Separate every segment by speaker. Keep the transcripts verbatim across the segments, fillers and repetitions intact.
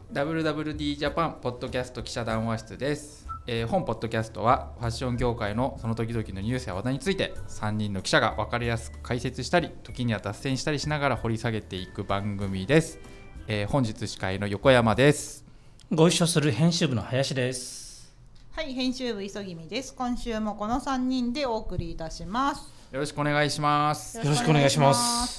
Speaker 1: ダブリューダブリューディー ジャパンポッドキャスト記者談話室です、えー、本ポッドキャストはファッション業界のその時々のニュースや話題についてさんにんの記者が分かりやすく解説したり、時には脱線したりしながら掘り下げていく番組です。えー、本日司会の横山です。
Speaker 2: ご一緒する編集部の林です。
Speaker 3: はい、編集部磯君です。今週もこのさんにんでお送りいたします。
Speaker 1: よろしくお願いします。
Speaker 2: よろしくお願いします。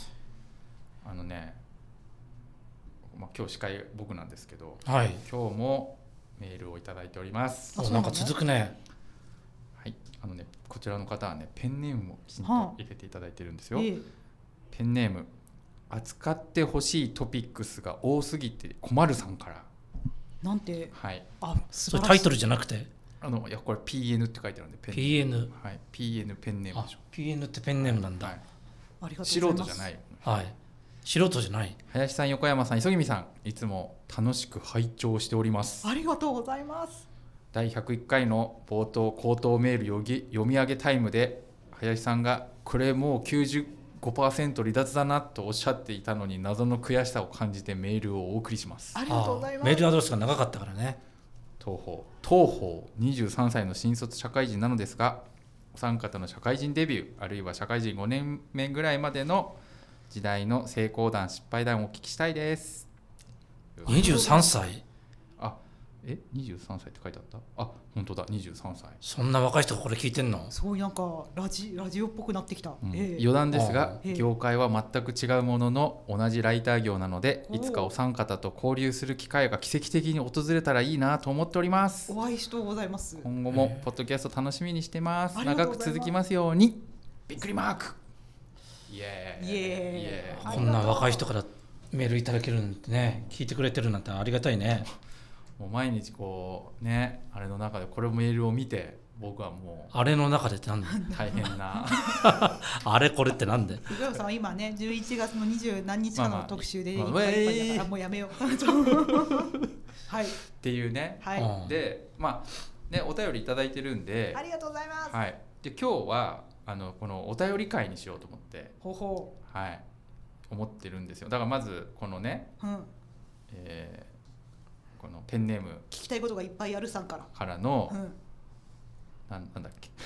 Speaker 1: あのね、まあ、今日司会僕なんですけど、
Speaker 2: はい、
Speaker 1: 今日もメールをいただいております。
Speaker 2: なんか続くね。
Speaker 1: はい、あのね、こちらの方はね、ペンネームをきちんと入れていただいてるんですよ、はあええ、ペンネーム扱ってほしいトピックスが多すぎて困るさんから。
Speaker 3: なんて、
Speaker 1: はい、
Speaker 3: あ、
Speaker 2: それタイトルじゃなくて、
Speaker 1: あのいやこれ ピーエヌ って書いてあるんでペン
Speaker 2: ピーエヌ、
Speaker 1: はい、ピーエヌ ペンネームでしょ。
Speaker 2: ピーエヌ ってペンネームなんだ、はい、
Speaker 3: ありがとうございます。
Speaker 1: 素人じゃないよ、
Speaker 2: はい、素人じゃない。
Speaker 1: 林さん、横山さん、磯君さん、いつも楽しく拝聴しております。
Speaker 3: ありがとうございます。
Speaker 1: だいひゃくいっかいの冒頭口頭メール読み読み上げタイムで林さんがこれもう きゅうじゅうごパーセント 離脱だなとおっしゃっていたのに謎の悔しさを感じてメールをお送りします。
Speaker 3: ありがとうございます。
Speaker 2: メールアドレスが長かったからね。
Speaker 1: 東宝東宝にじゅうさんさいの新卒社会人なのですが、お三方の社会人デビューあるいは社会人ごねんめぐらいまでの時代の成功談失敗談をお聞きしたいです。
Speaker 2: にじゅうさんさい、
Speaker 1: あ、えにじゅうさんさいって書いてあった。あ、本当だ、にじゅうさんさい。
Speaker 2: そんな若い人がこれ聞いてんの。
Speaker 3: そう、なんかラジ、ラジオっぽくなってきた、
Speaker 1: うん
Speaker 3: えー、
Speaker 1: 余談ですが、
Speaker 3: えー、
Speaker 1: 業界は全く違うものの同じライター業なので、いつかお三方と交流する機会が奇跡的に訪れたらいいなと思っております。
Speaker 3: お会いしとうございます。
Speaker 1: 今後もポッドキャスト楽しみにしてます。
Speaker 3: えー、
Speaker 1: 長く続きますように。びっくりマーク。イエーイ、
Speaker 3: イエーイ。
Speaker 2: こんな若い人からメールいただけるなんてね、聞いてくれてるなんてありがたいね。
Speaker 1: もう毎日こうね、あれの中でこれメールを見て、僕はもう
Speaker 2: あれの中でってなんだ
Speaker 1: 大変な
Speaker 2: あれこれってなんで。
Speaker 3: 横山さんは今ね、じゅういちがつのにじゅう何日かの特集でいっ
Speaker 1: まあまあ、
Speaker 3: ぱいいっぱいだから、もうやめようはい
Speaker 1: っていうね、
Speaker 3: はい、
Speaker 1: でまあね、お便りいただいてるんで、
Speaker 3: ありがとうございます。
Speaker 1: はい、で今日はあのこのお便り会にしようと思って、
Speaker 3: ほうほ
Speaker 1: う、はい、思ってるんですよ。だからまずこのね、
Speaker 3: うん、
Speaker 1: えーこのペンネーム
Speaker 3: 聞きたいことがいっぱいあるさんから
Speaker 1: からの、うん、な, なんだっけ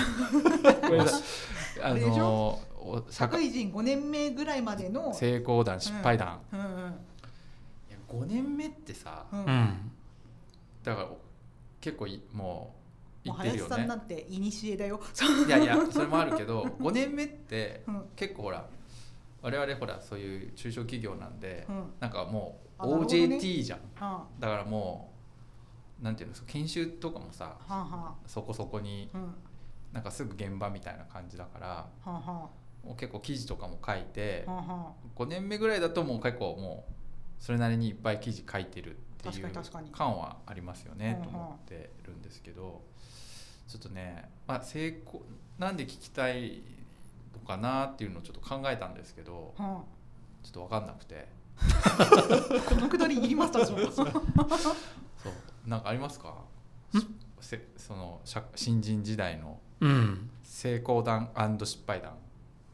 Speaker 1: あの
Speaker 3: 社会人ごねんめぐらいまでの
Speaker 1: 成功談失敗談、
Speaker 3: うんうんうん、いや
Speaker 1: ごねんめってさ、
Speaker 3: うん、
Speaker 1: だから結構もう言ってるよね。
Speaker 3: 林さんなんていにしえだよ。
Speaker 1: いやいや、それもあるけどごねんめって結構ほら、我々ほらそういう中小企業なんで、うん、なんかもうオージェーティー じゃん、ね、だからもうなんていうんですか、研修とかもさ、はあはあ、そこそこに、うん、なんかすぐ現場みたいな感じだから、はあはあ、もう結構記事とかも書いて、はあはあ、ごねんめぐらいだともう結構もうそれなりにいっぱい記事書いてるっていう感はありますよね、と思ってるんですけど、ちょっとね、まあ、成功なんで聞きたいのかなっていうのをちょっと考えたんですけど、はあ、ちょっと分かんなくて
Speaker 3: このくだりいりましたそう
Speaker 1: なんかありますか？その新人時代の成功談&失敗談、うん、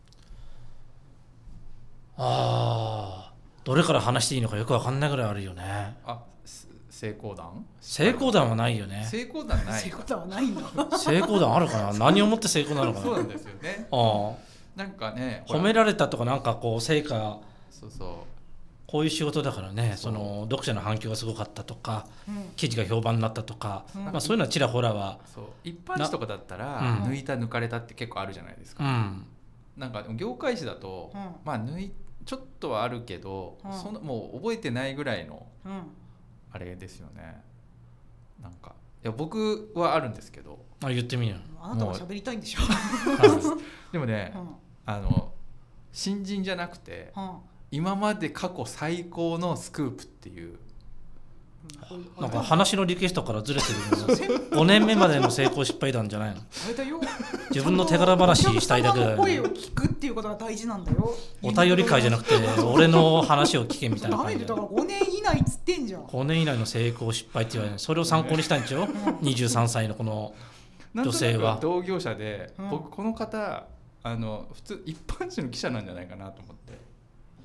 Speaker 2: あー、どれから話していいのかよく分かんないぐらいあるよね。
Speaker 1: あ、成功談？
Speaker 2: 成功談はないよね。
Speaker 1: 成功談ない。
Speaker 3: 成功談はないんだ。
Speaker 2: 成功談あるかな何をもって成功なのかな
Speaker 1: そうなんですよね。
Speaker 2: あ、
Speaker 1: なんかね、
Speaker 2: 褒められたとかなんかこう成果、
Speaker 1: そうそう、
Speaker 2: こういう仕事だからね、その読者の反響がすごかったとか、うん、記事が評判になったとか、うん、まあ、そういうのはちらほらは。
Speaker 1: そう、一般紙とかだったら、うん、抜いた抜かれたって結構あるじゃないですか、うん、なんか業界紙だと、うん、まあ抜いちょっとはあるけど、うん、そのもう覚えてないぐらいの、うん、あれですよね。なんかいや僕はあるんですけど、
Speaker 2: あ、言ってみよう。
Speaker 3: あなたが喋りたいんでしょ
Speaker 1: でもね、うん、あの新人じゃなくて、うん、今まで過去最高のスクープっていう、
Speaker 2: なんか話のリクエストからずれてるよごねんめまでの成功失敗談じゃないの。
Speaker 3: あれだよ、
Speaker 2: 自分の手柄話したいだけだよ、ね、
Speaker 3: 声を聞くっていうことが大事なんだよ。
Speaker 2: お便り会じゃなくて俺の話を聞けみたいな感じ。
Speaker 3: ダメだからごねん以内っつってんじゃん。
Speaker 2: ごねん以内の成功失敗って言われる、それを参考にしたんでしょ、うん、にじゅうさんさいのこの女性は。
Speaker 1: なんとなく同業者で、うん、僕この方あの普通一般紙の記者なんじゃないかなと思って。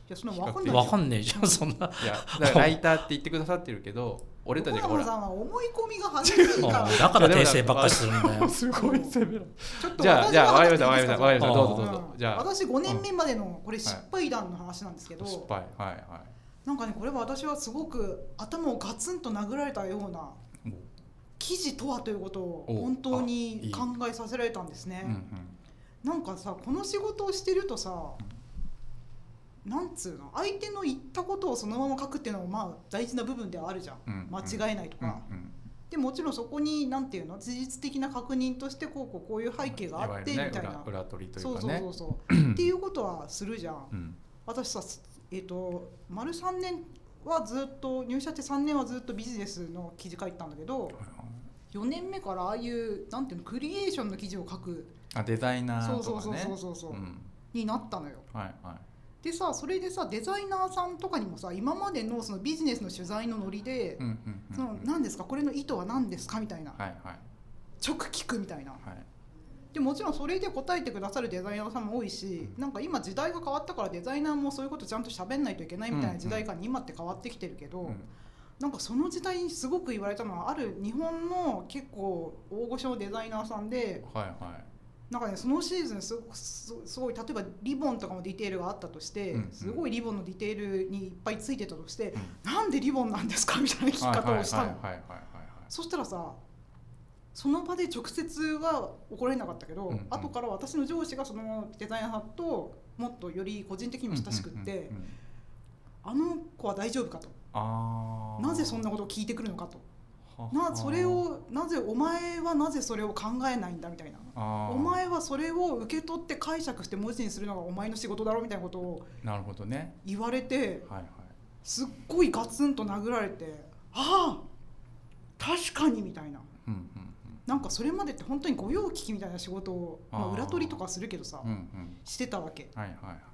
Speaker 3: やそんな分かんない
Speaker 2: 分かんねえじゃんそんな。い
Speaker 1: やだからライターって言ってくださってるけど俺たちがほら
Speaker 3: 小山さんは思い込みが激しいから
Speaker 2: だから訂正ばっかりするんだよ
Speaker 1: すごい攻めろ。
Speaker 3: ちょっと
Speaker 1: じゃあじゃあわかりましたわかりましたわかりましたどうぞどうぞ、
Speaker 3: うん、
Speaker 1: じゃあ
Speaker 3: 私ごねんめまでのこれ失敗談の話なんですけど、
Speaker 1: 失敗はいはい
Speaker 3: なんかねこれは私はすごく頭をガツンと殴られたような記事とはということを本当に考えさせられたんですね。うんうん、なんかさこの仕事をしてるとさ、なんつうの相手の言ったことをそのまま書くっていうのもまあ大事な部分ではあるじゃん、うんうん、間違えないとか、うんうん、でもちろんそこになんていうの事実的な確認としてこうこうこういう背景があってみたいな、ね、
Speaker 1: 裏, 裏取りというかね
Speaker 3: そうそうそうそうっていうことはするじゃん、うん、私さえっ、ー、と丸さんねんはずっと入社してさんねんはずっとビジネスの記事書いてたんだけど、よねんめからああいうなんていうのクリエーションの記事を書く
Speaker 1: あデザイナーとかね
Speaker 3: そうそうそうそうそう、うん、になったのよ。
Speaker 1: はいはい
Speaker 3: でさそれでさデザイナーさんとかにもさ今まで の, そのビジネスの取材のノリで、うんうんうんうん、その何ですかこれの意図は何ですかみたいな、はいはい、直聞くみたいな、はい、でもちろんそれで答えてくださるデザイナーさんも多いし、うん、なんか今時代が変わったからデザイナーもそういうことちゃんと喋んないといけないみたいな時代感に今って変わってきてるけど、うんうん、なんかその時代にすごく言われたのはある日本の結構大御所のデザイナーさんで、はいはいなんかね、そのシーズンすごくすごい例えばリボンとかもディテールがあったとして、うんうん、すごいリボンのディテールにいっぱいついてたとして、うん、なんでリボンなんですかみたいな聞き方をしたの。そしたらさその場で直接は怒られなかったけど、うんうん、後から私の上司がそのデザイナーさんともっとより個人的にも親しくって、うんうんうんうん、あの子は大丈夫かと、あなぜそんなことを聞いてくるのかと、なそれをなぜお前はなぜそれを考えないんだみたいな、お前はそれを受け取って解釈して文字にするのがお前の仕事だろみたいなことを言われて、はいはい、すっごいガツンと殴られて、ああ確かにみたいな、うんうんうん、なんかそれまでって本当に御用聞きみたいな仕事を、まあ、裏取りとかするけどさ、うんうん、してたわけ、はいはいはい、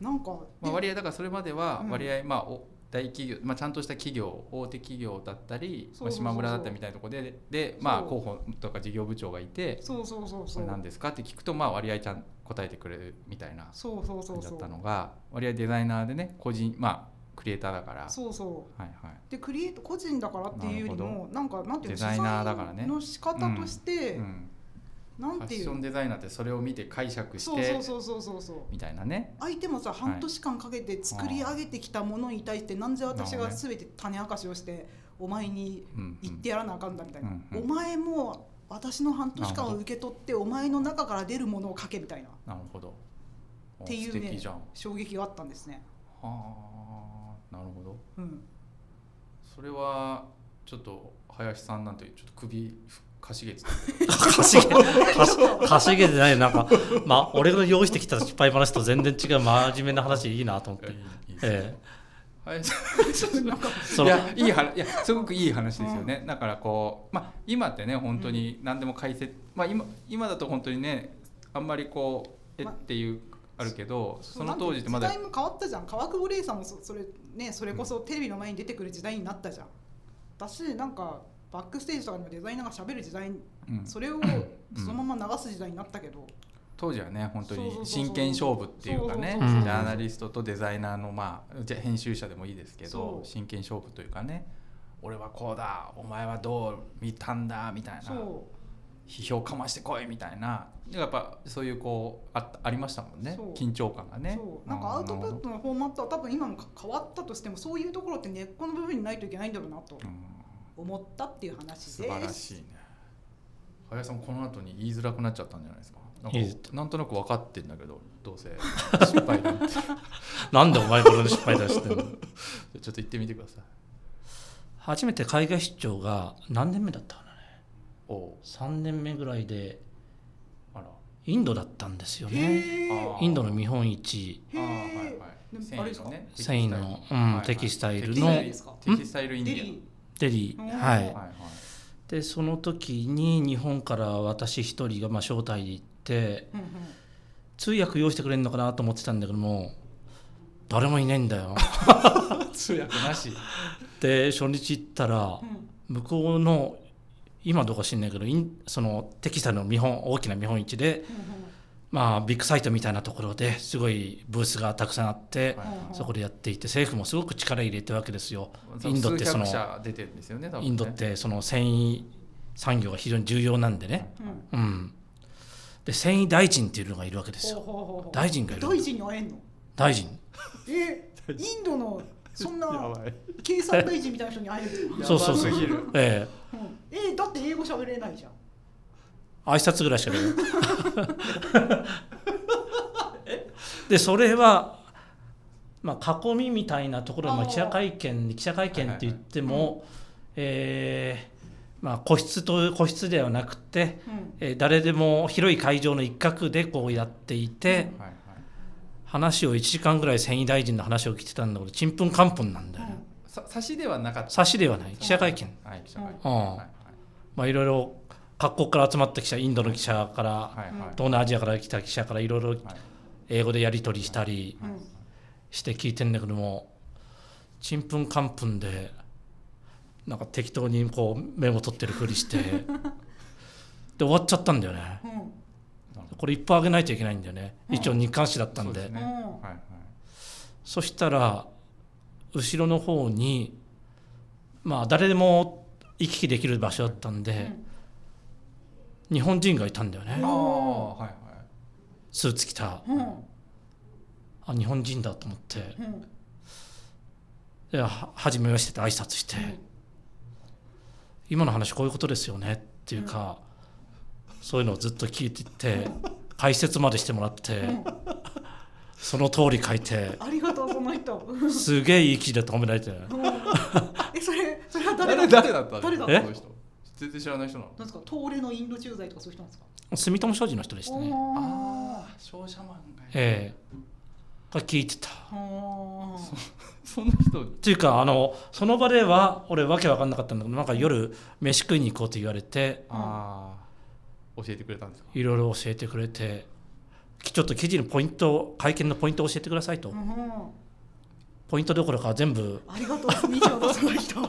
Speaker 3: なんか、
Speaker 1: まあ、割合だからそれまでは割合、うん、まあお大企業、まあ、ちゃんとした企業大手企業だったりそうそうそうそう、まあ、島村だったりみたいなところで、で、まあ、広報とか事業部長がいてそうそうそうそうこれ何ですかって聞くと、まあ、割合ちゃん答えてくれるみたいな感じだったのが割合デザイナーでね個人、まあ、クリエイターだからそうそう、はいはい、
Speaker 3: でクリエイト個人だからっていうよりもなんかなんていうの
Speaker 1: デザイナーだからね
Speaker 3: の仕方として、うんうん
Speaker 1: なんていうファッションデザイナーってそれを見て解釈してそうそうそうそうそうみたいなね
Speaker 3: 相手もさ、はい、半年間かけて作り上げてきたものに対してなんで私が全て種明かしをしてお前に言ってやらなあかんだみたいな、うんうん、お前も私の半年間を受け取ってお前の中から出るものを書けみたいな
Speaker 1: なるほど
Speaker 3: っていうね衝撃があったんですね。
Speaker 1: はあなるほど、うん、それはちょっと林さんなんてちょっと首かしげてた
Speaker 2: かしげかしげてないなんかまあ俺が用意してきた失敗話と全然違う真面目な話いいなと思っていいいいええはい、
Speaker 1: いやいい話いやすごくいい話ですよね、うん、だからこう、まあ、今ってね本当に何でも解説、まあ、今, 今だと本当にねあんまりこうえっていうあるけど、ま、その当時ってまだ
Speaker 3: 時代も変わったじゃん。川久保玲さんも そ, そ, れ、ね、それこそテレビの前に出てくる時代になったじゃん。私なんかバックステージとかにもデザイナーが喋る時代、うん、それをそのまま流す時代になったけど、うん、
Speaker 1: 当時はね本当に真剣勝負っていうかねジャーナリストとデザイナーのまあじゃ編集者でもいいですけど真剣勝負というかね俺はこうだお前はどう見たんだみたいな批評かましてこいみたいなやっぱそういうこう あ, ありましたもんね緊張感がね。
Speaker 3: そうなんかアウトプットのフォーマットは多分今も変わったとしてもそういうところって根っこの部分にないといけないんだろうなと、うん思ったっていう話です。
Speaker 1: 素晴らしいね。林さんこの後に言いづらくなっちゃったんじゃないですか。なんかなんとなく分かってんだけどどうせ失敗だって
Speaker 2: なんでお前これの失敗だしてんのちょっ
Speaker 1: と言ってみてください。
Speaker 2: 初めて海外出張が何年目だったかなね。おさんねんめぐらいであらインドだったんですよね。インドの見本市あ、はいはい、繊維のね繊維の、うんはいはい、テキスタイルの
Speaker 1: テキスタイルインディア
Speaker 2: デリー、はい、はいはい、でその時に日本から私一人がまあ招待で行って、うんうん、通訳用意してくれるのかなと思ってたんだけども誰もいないんだよ
Speaker 1: 通訳なし
Speaker 2: で初日行ったら、うん、向こうの今どうか知んないけどそのテキスタイルの見本大きな見本市で、うんうん、 まあ、ビッグサイトみたいなところですごいブースがたくさんあって、はい、そこでやっていて政府もすごく力入れてるわけですよ。インドってそのインドってその繊維産業が非常に重要なんでね、うんうん、で繊維大臣っていうのがいるわけですよ。ほうほうほう大臣がいる。
Speaker 3: 大臣に会えんの？
Speaker 2: 大臣。
Speaker 3: えインドのそんな経産大臣みたいな人に会えるの？
Speaker 2: そうそうそう。え
Speaker 3: えうん、えだって英語喋れないじゃん。
Speaker 2: 挨拶ぐらいしかねでそれは、まあ、囲みみたいなところの記者会見記者会見って言っても、はいはいはいえーまあ、個室と個室ではなくて、うんえー、誰でも広い会場の一角でこうやっていて、うんはいはい、話をいちじかんぐらい繊維大臣の話を聞いてたんだけどちんぷんかんぷんなんだよ、うん、
Speaker 1: さ差しではなかった
Speaker 2: 差しではない記者会見、はい記者会見うんはいはいまあ、いろいろ各国から集まった記者インドの記者から、はいはい、東南アジアから来た記者からいろいろ英語でやり取りしたりして聞いてんだけどもちんぷんかんぷんでなんか適当にこうメモ取ってるふりしてで終わっちゃったんだよね、うん、これいっぱいあげないといけないんだよね、うん、一応日刊誌だったん で, で、ねはいはい、そしたら後ろの方にまあ誰でも行き来できる場所だったんで、うん日本人がいたんだよね。あ、はいはい、スーツ着た、うん、あ日本人だと思って、うん、で初めまして挨拶して、うん、今の話こういうことですよねっていうか、うん、そういうのをずっと聞いてって解説までしてもらって、うん、その通り書いて
Speaker 3: ありがとうその人
Speaker 2: すげえいい記事で止められて、うん、
Speaker 3: えそれそれは誰だった
Speaker 1: 誰だった
Speaker 3: 誰だった
Speaker 1: の人全然知らない人なの？
Speaker 3: なんですか東レのインド駐在とかそういう人なんですか？
Speaker 2: 住友商事の人でしたね。
Speaker 1: ああ商社マンが
Speaker 2: ええー、が聞いてた。
Speaker 1: そ, その人
Speaker 2: っていうかあのその場では俺わけわかんなかったんだけどなんか夜飯食いに行こうと言われて、
Speaker 1: あ教えてくれたんですか？
Speaker 2: いろいろ教えてくれてちょっと記事のポイント会見のポイントを教えてくださいと、うん、ポイントどころか全部
Speaker 3: ありがとう以上のその人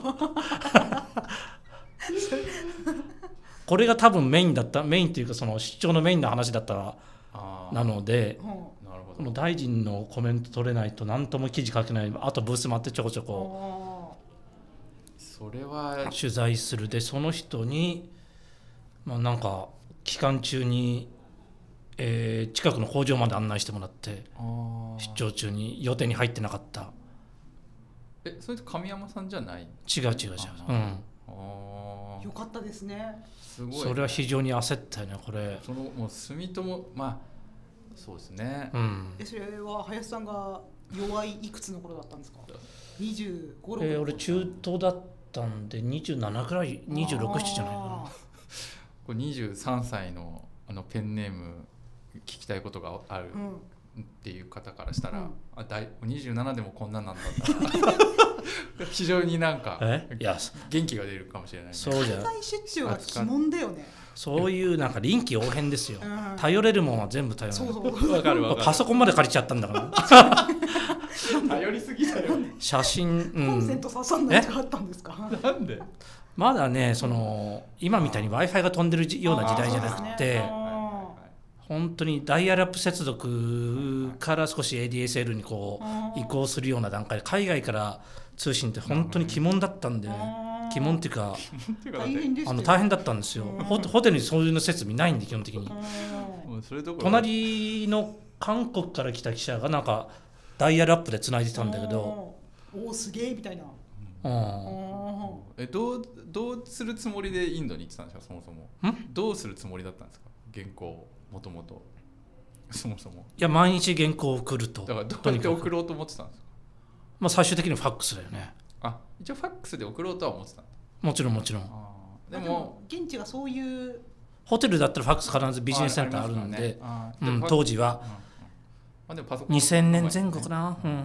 Speaker 2: これが多分メインだったメインというかその出張のメインの話だったらなので、うん、なるほどこの大臣のコメント取れないと何とも記事書けないあとブースもあってちょこちょこ
Speaker 1: それは
Speaker 2: 取材するでその人に、まあ、なんか期間中に、えー、近くの工場まで案内してもらって出張中に予定に入ってなかった
Speaker 1: えそれと神山さんじゃない？
Speaker 2: 違う違う違う、うん、
Speaker 3: あよかったですね。
Speaker 2: すごい、ね、それは非常に焦ったよねこれ。
Speaker 1: そのもう住友まあそうですね、
Speaker 3: うん、えそれは林さんが弱いいくつの頃だったんですか？にじゅうご、ろく、
Speaker 2: えー、俺中東だったんでにじゅうななくらいにじゅうろく、ななじゃないかな
Speaker 1: これにじゅうさんさい の, あのペンネーム聞きたいことがあるっていう方からしたら、うん、あだいにじゅうななでもこんなんなんだったら非常になんか元気が出るかもしれない、ね、
Speaker 3: そうじゃ海外出張が鬼門だよね。
Speaker 2: そういうなんか臨機応変ですよ、うん、頼れるものは全部頼れる。
Speaker 3: そうそうわ
Speaker 1: かるわかる。
Speaker 2: パソコンまで借りちゃったんだから
Speaker 1: 頼りすぎだよね。
Speaker 2: 写真、うん、
Speaker 3: コンセント刺さんないとかあったんですか？
Speaker 1: なんで
Speaker 2: まだねその今みたいに Wi-Fi が飛んでるような時代じゃなくて本当にダイヤルアップ接続から少し エーディーエスエル にこう移行するような段階で海外から通信って本当に鬼門だったんで、ね、鬼門っていうか
Speaker 3: 大変でしたよ。
Speaker 2: あの大変だったんですよ。ホテルにそういうの設備ないんで基本的に。
Speaker 1: それどころ
Speaker 2: 隣の韓国から来た記者がなんかダイヤルアップで繋いでたんだけど
Speaker 3: おおすげえみたいな、
Speaker 2: うん、
Speaker 1: えどうどうするつもりでインドに行ってたんですか？そもそもどうするつもりだったんですか？原稿もともとそもそも
Speaker 2: いや毎日原稿を送ると。
Speaker 1: だからどうやって送ろうと思ってたんですか？
Speaker 2: まあ、最終的にファックスだよね。
Speaker 1: あ一応ファックスで送ろうとは思ってた。
Speaker 2: もちろんもちろん。
Speaker 1: あ
Speaker 3: で も, でも現地がそういう
Speaker 2: ホテルだったらファックス必ずビジネスセンターあるんで、ああ、ねうん、当時は、うんうんあ、でもパソコンにせんねんぜん後かな、うんうん、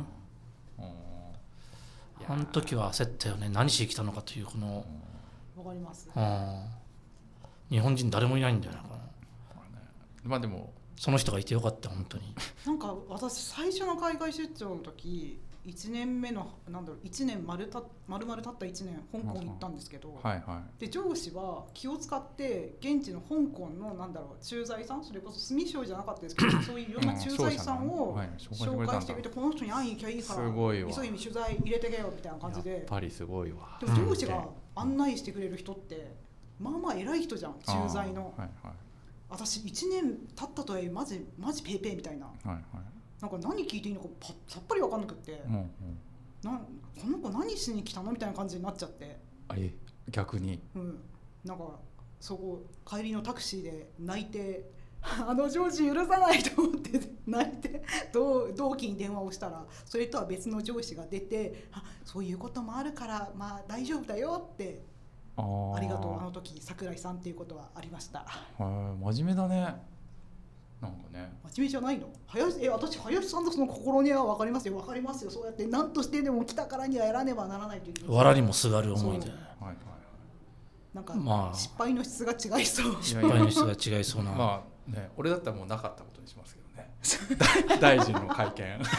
Speaker 2: あの時は焦ったよね。何しに来たのかというこの
Speaker 3: わかります、
Speaker 2: うん、日本人誰もいないんだよね。
Speaker 1: まあでも
Speaker 2: その人がいてよかった本当に。
Speaker 3: なんか私最初の海外出張の時いちねんめのなんだろういちねん丸た丸々経ったいちねん香港行ったんですけど、
Speaker 1: はいはい、
Speaker 3: で上司は気を使って現地の香港のなんだろう駐在さん、それこそ住所じゃなかったですけどそういういろんな駐在さんを紹介してくれて、この人に会いに行きゃいいから急ぎに取材入れてけよみたいな感じで。
Speaker 1: やっぱりすごいわ。
Speaker 3: でも上司が案内してくれる人ってまあまあ偉い人じゃん、駐在の。はいはい、私いちねん経ったとはいえマジマジペイペイみたいな、はいはい、なんか何聞いていいのかパさっぱり分かんなくって、うんうん、なこの子何しに来たのみたいな感じになっちゃって。
Speaker 1: あえ逆に、
Speaker 3: うん、なんかそこ帰りのタクシーで泣いてあの上司許さないと思って泣いて同, 同期に電話をしたら、それとは別の上司が出て、あそういうこともあるからまあ大丈夫だよって、あ, ありがとうあの時桜井さんっていうことはありました。
Speaker 1: 真面目だね。なんかね
Speaker 3: 真面目じゃないの。林え私林さんのその心根は分かりますよ分かりますよ。そうやって何としてでも来たからにはやらねばならないという。
Speaker 2: 藁にもすがる思いで。
Speaker 3: なんか、まあ、失敗の質が違いそう。
Speaker 2: 失敗の質が違いそうな。
Speaker 1: まあね、俺だったらもうなかったことにしますけどね。大臣の会見。えだ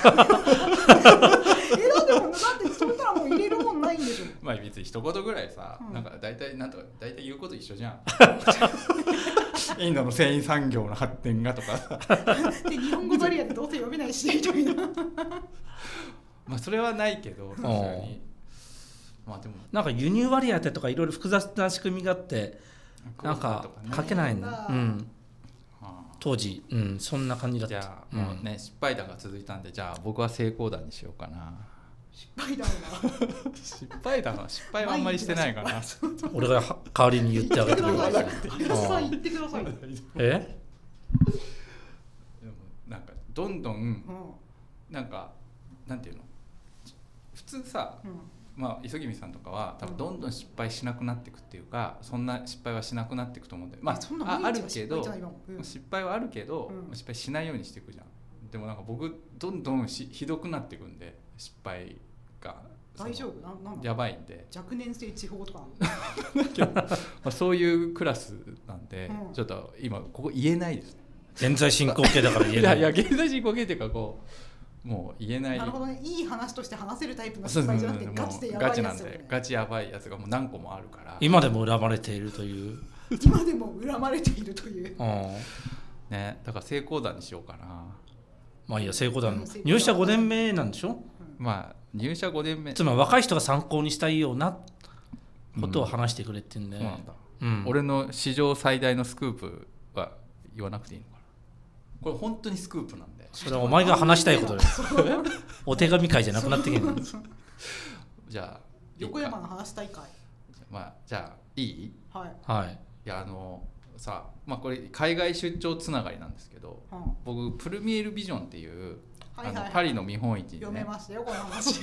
Speaker 3: ってもだってそしたらもう入れるもんないんでしょ。
Speaker 1: まあ別に一言ぐらいさ、うん、なんか大体なんとか大体言うこと一緒じゃん。インドの繊維産業の発展がとか。
Speaker 3: で日本語バリアでどうせ読めないしみたいな。
Speaker 1: まあそれはないけど確かに。まあ、でも
Speaker 2: なんか輸入割当とかいろいろ複雑な仕組みがあってなんか書けないの、うん、当時、うん、そんな感じだった。
Speaker 1: じゃあもうね、うん、失敗談が続いたんで、じゃあ僕は成功談にしようかな。
Speaker 3: 失敗談
Speaker 1: は失敗談は失敗はあんまりしてないかな。
Speaker 2: 俺が代わりに言ってあげてください。
Speaker 3: 言ってください。
Speaker 2: え
Speaker 1: でもなんかどんどん、うん、なんかなんていうの普通さ、うんまあ、磯君さんとかは多分どんどん失敗しなくなっていくっていうか、そんな失敗はしなくなっていくと思うんで、まあ、あ, あるけど失敗はあるけど、うん、失敗しないようにしていくじゃん。でもなんか僕どんどんしひどくなっていくんで、失敗が
Speaker 3: 大丈夫ななん
Speaker 1: やばいんで。
Speaker 3: 若年性地方とか
Speaker 1: まあそういうクラスなんで、うん、ちょっと今ここ言えないです。
Speaker 2: 現在進行形だから言えない。
Speaker 1: いやいや現在進行形っていうかこうもう言えない。
Speaker 3: なるほどね。いい話として話せるタイプの失敗じゃなくてガチでやばいやつ、ね、
Speaker 1: ガチなんでガチやばいやつがもう何個もあるから、
Speaker 2: 今でも恨まれているという
Speaker 3: 今でも恨まれているという
Speaker 1: ね。だから成功談にしようかな。
Speaker 2: まあいいや成功談。入社ごねんめなんでしょ、うん、
Speaker 1: まあ入社ごねんめ
Speaker 2: つまり若い人が参考にしたいようなことを話してくれってんで、うん、そうなんだ、
Speaker 1: うん、俺の史上最大のスクープは言わなくていいのかな。これ本当にスクープなんで。
Speaker 2: それはお前が話したいことです。お手紙会じゃなくなってけん。
Speaker 1: じゃあ
Speaker 3: 横山の話大会。
Speaker 1: まあじゃあいい？
Speaker 3: はい。
Speaker 2: はい。
Speaker 1: いやあのさ、まあこれ海外出張つながりなんですけど、うん、僕プルミエールビジョンっていう、はいはいはい、あのパリの見本市に、ね、
Speaker 3: 読めましたよこの話。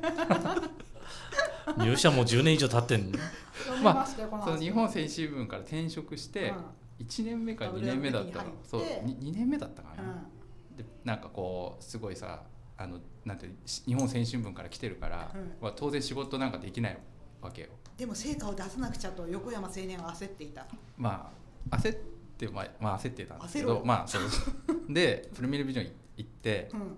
Speaker 2: 入社もうじゅうねん以上経ってんの。
Speaker 3: まあそ
Speaker 1: の日本選手部から転職して。うんいちねんめかにねんめだったらそう 2, 2年目だったかな、うん、でなんかこうすごいさあのなんて日本選手部から来てるから、うんまあ、当然仕事なんかできないわけよ。
Speaker 3: でも成果を出さなくちゃと横山青年は焦っていた。
Speaker 1: まあ焦ってまあ、まあ、焦ってたんですけどまあそうでプルミエールビジョン行って、うん、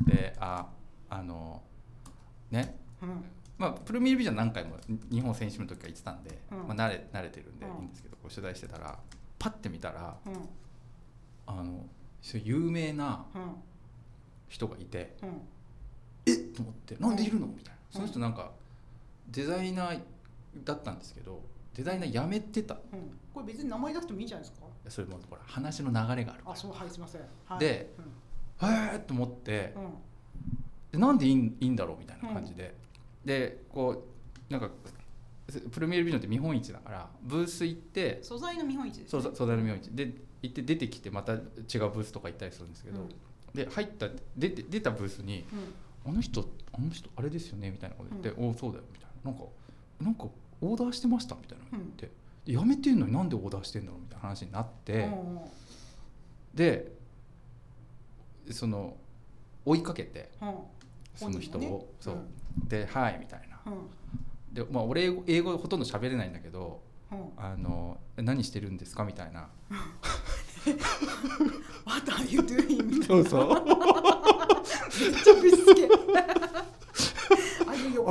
Speaker 1: でああのね、うんまあ、プルミエールビジョン何回も日本選手部の時から行ってたんで、うんまあ、慣れ慣れてるんでいいんですけど、こう取材してたらパッて見たら、うん、あの有名な人がいて、うん、えっと思ってなんでいるのみたいな、その人なんかデザイナーだったんですけどデザイナー辞めてた、うん、
Speaker 3: これ別に名前出してもいいんじゃないですか。
Speaker 1: それもほら話の流れがあるから。
Speaker 3: あそうはいすいません、はい、
Speaker 1: で、うん、へえと思って、うん、でなんでいいん、いいんだろうみたいな感じで、うん、でこうなんかプルミエールビジョンって見本市だからブース行って
Speaker 3: 素材の見本市です、ね、
Speaker 1: そう素材の見本市で行って出てきてまた違うブースとか行ったりするんですけど、うん、で入った出て出たブースに、うん、あの人あの人あれですよねみたいなこと言って、うん、おそうだよみたいななんかなんかオーダーしてましたみたいな言って、うん、やめてんのになんでオーダーしてんだろうみたいな話になって、うん、でその追いかけて、うん、その人を、ね、そう、うん、ではいみたいな、うんでまあ、俺英語ほとんど喋れないんだけど、うん、あの何してるんですかみたいな
Speaker 3: What are you doing?
Speaker 1: そうそう
Speaker 3: めっちゃぶしつけ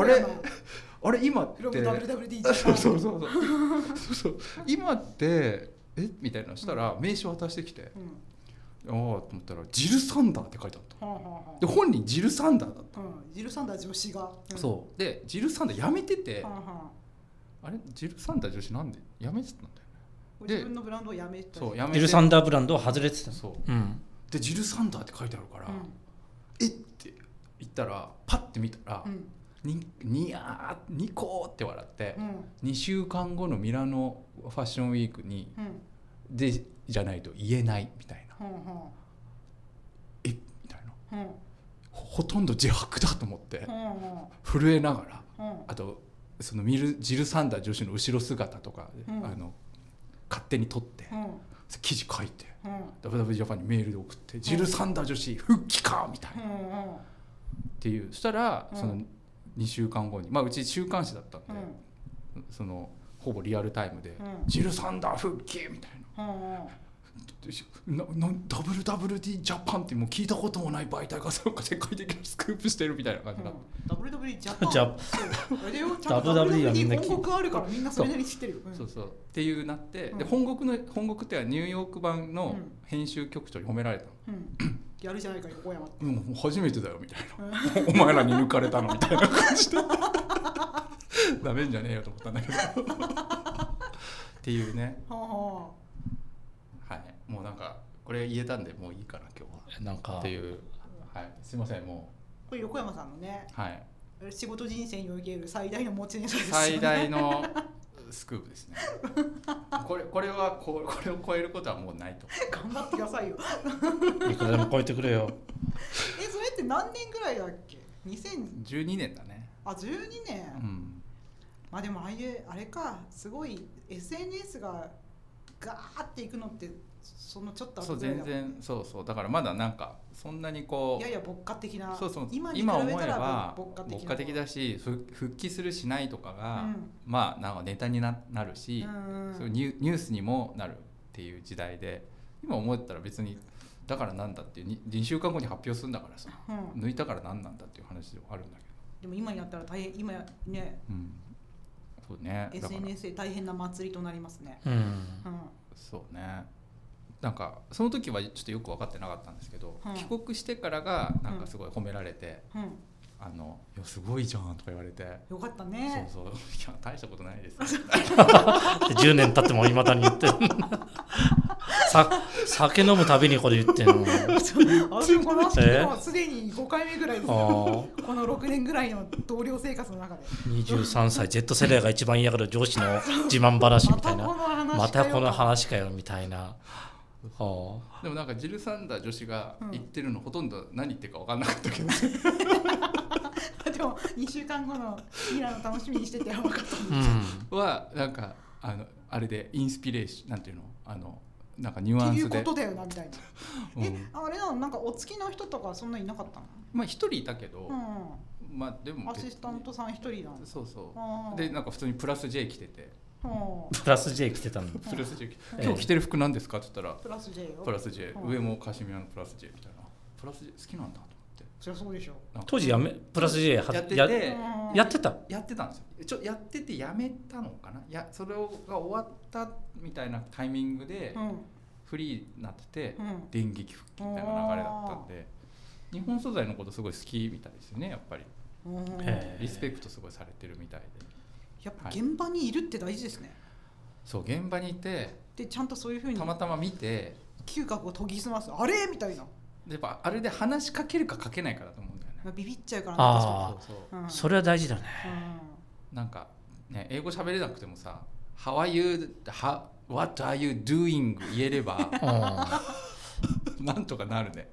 Speaker 1: れあれ今って
Speaker 3: ダブリューダブリューディー
Speaker 1: そうそうそうそうそう今ってえみたいなしたら名刺渡してきて、うん、ああと思ったらジル・サンダーって書いてあった、はあはあ、で本人ジル・サンダーだった、
Speaker 3: うん、ジル・サンダー女子が、
Speaker 1: うん、そうでジル・サンダー辞めてて、はあはあ、あれジル・サンダー女子なんで辞めてたんだよね。
Speaker 3: 自分のブランドを辞めてた。
Speaker 2: そう辞めてジル・サンダーブランドを外れてた。
Speaker 1: そう、うん、でジル・サンダーって書いてあるから、うん、えって言ったらパッて見たら、うん、に, にやーニコーって笑って、うん、にしゅうかんごのミラノファッションウィークに、うん、でじゃないと言えないみたいな、うんうん、えみたいな、うん、ほ, ほとんど自白だと思って、うんうん、震えながら、うん、あとそのミルジル・サンダー女子の後ろ姿とか、うん、あの勝手に撮って、うん、記事書いて、うん、ダブリューダブリュー ジャパンにメールで送って、うん、ジル・サンダー女子復帰かみたいな、うんうん、っていうそしたら、うん、そのにしゅうかんごに、まあ、うち週刊誌だったんで、うん、そのほぼリアルタイムで、うん、ジル・サンダー復帰みたいな、うんうんなな ダブリューダブリューディー ジャパンってもう聞いたこともない媒体が世界的なスクープしてるみたいな感じが、うん、ダブリューダブリュー ジャパンちゃんと ダブリューダブリュー に本国あるからみんなそれなりに知ってるよ、うん、そうそうっていうなって、うん、で本国の本国ってはニューヨーク版の編集局長に褒められたの、うん、やるじゃないか横山って、うん、初めてだよみたいなお前らに抜かれたのみたいな感じでダメんじゃねえよと思ったんだけどっていうねはあはあはい、もうなんかこれ言えたんでもういいかな今日はなんかっていう、はい、すいませんもうこれ横山さんのね、はい、仕事人生における最大の持ちネタですよね。最大のスクープですねこれ、これはこれ、これを超えることはもうないと頑張ってくださいよいくらでも超えてくれよえ、それって何年ぐらいだっけ。にせんじゅうにねんだね。あ、じゅうにねん、うん、まあでもああいうあれかすごい エスエヌエス がガーっていくのってそのちょっと後ぐらいだもんね。そう全然そうそうだからまだなんかそんなにこうやや牧歌的なそうそう今に比べたら牧歌的な牧歌的だし復帰するしないとかが、うん、まあなんかネタに な, なるし、うんうん、そうニュ、ニュースにもなるっていう時代で今思ったら別にだからなんだっていう 2, にしゅうかんごに発表するんだからさ、うん、抜いたからなんなんだっていう話ではあるんだけどでも今になったら大変今ね、うんそうね、エスエヌエス で大変な祭りとなりますね、うんうん、そうねなんかその時はちょっとよく分かってなかったんですけど、うん、帰国してからがなんかすごい褒められて、うん、あのいやすごいじゃんとか言われてよかったねそうそういや大したことないですじゅうねん経ってもいまだに言ってるさ酒飲むたびにこれ言ってるの私もこの話もすでにごかいめぐらいですよこのろくねんぐらいの同僚生活の中でにじゅうさんさい Z 世代が一番嫌がる上司の自慢話みたいなまたこの話かよみたいなはあ、でもなんかジル・サンダー女子が言ってるの、うん、ほとんど何言ってるか分かんなかったけどでもにしゅうかんごのミラノ楽しみにしてて分かったんです、うん、はなんかあのあれでインスピレーションなんていうのあのなんかニュアンスでっていうことだよなみたいな、うん、えあれなのなんかお付きの人とかそんなにいなかったの。まあ一人いたけど、うん、まあでもアシスタントさん一人なんそうそうでなんか普通にプラス J 着ててプラス J 着てたのプラス J 今日着てる服何ですかって言ったらプラス J よプラス J 上もカシミヤのプラス J みたいなプラス J 好きなんだと思ってそりゃそうでしょ当時やめプラス J やっててやってたやってたんですよちょやっててやめたのかなやそれが終わったみたいなタイミングでフリーになってて、うん、電撃復帰みたいな流れだったんで日本素材のことすごい好きみたいですよねやっぱりリスペクトすごいされてるみたいでやっぱ現場にいるって大事ですね、はい、そう現場にいてでちゃんとそういう風にたまたま見て嗅覚を研ぎ澄ますあれみたいなやっぱあれで話しかけるかかけないかだと思うんだよねビビっちゃうからなんかそうそうそう、うん、それは大事だね、うん、なんかね英語喋れなくてもさ How are you? How, what are you doing? 言えればなんとかなるね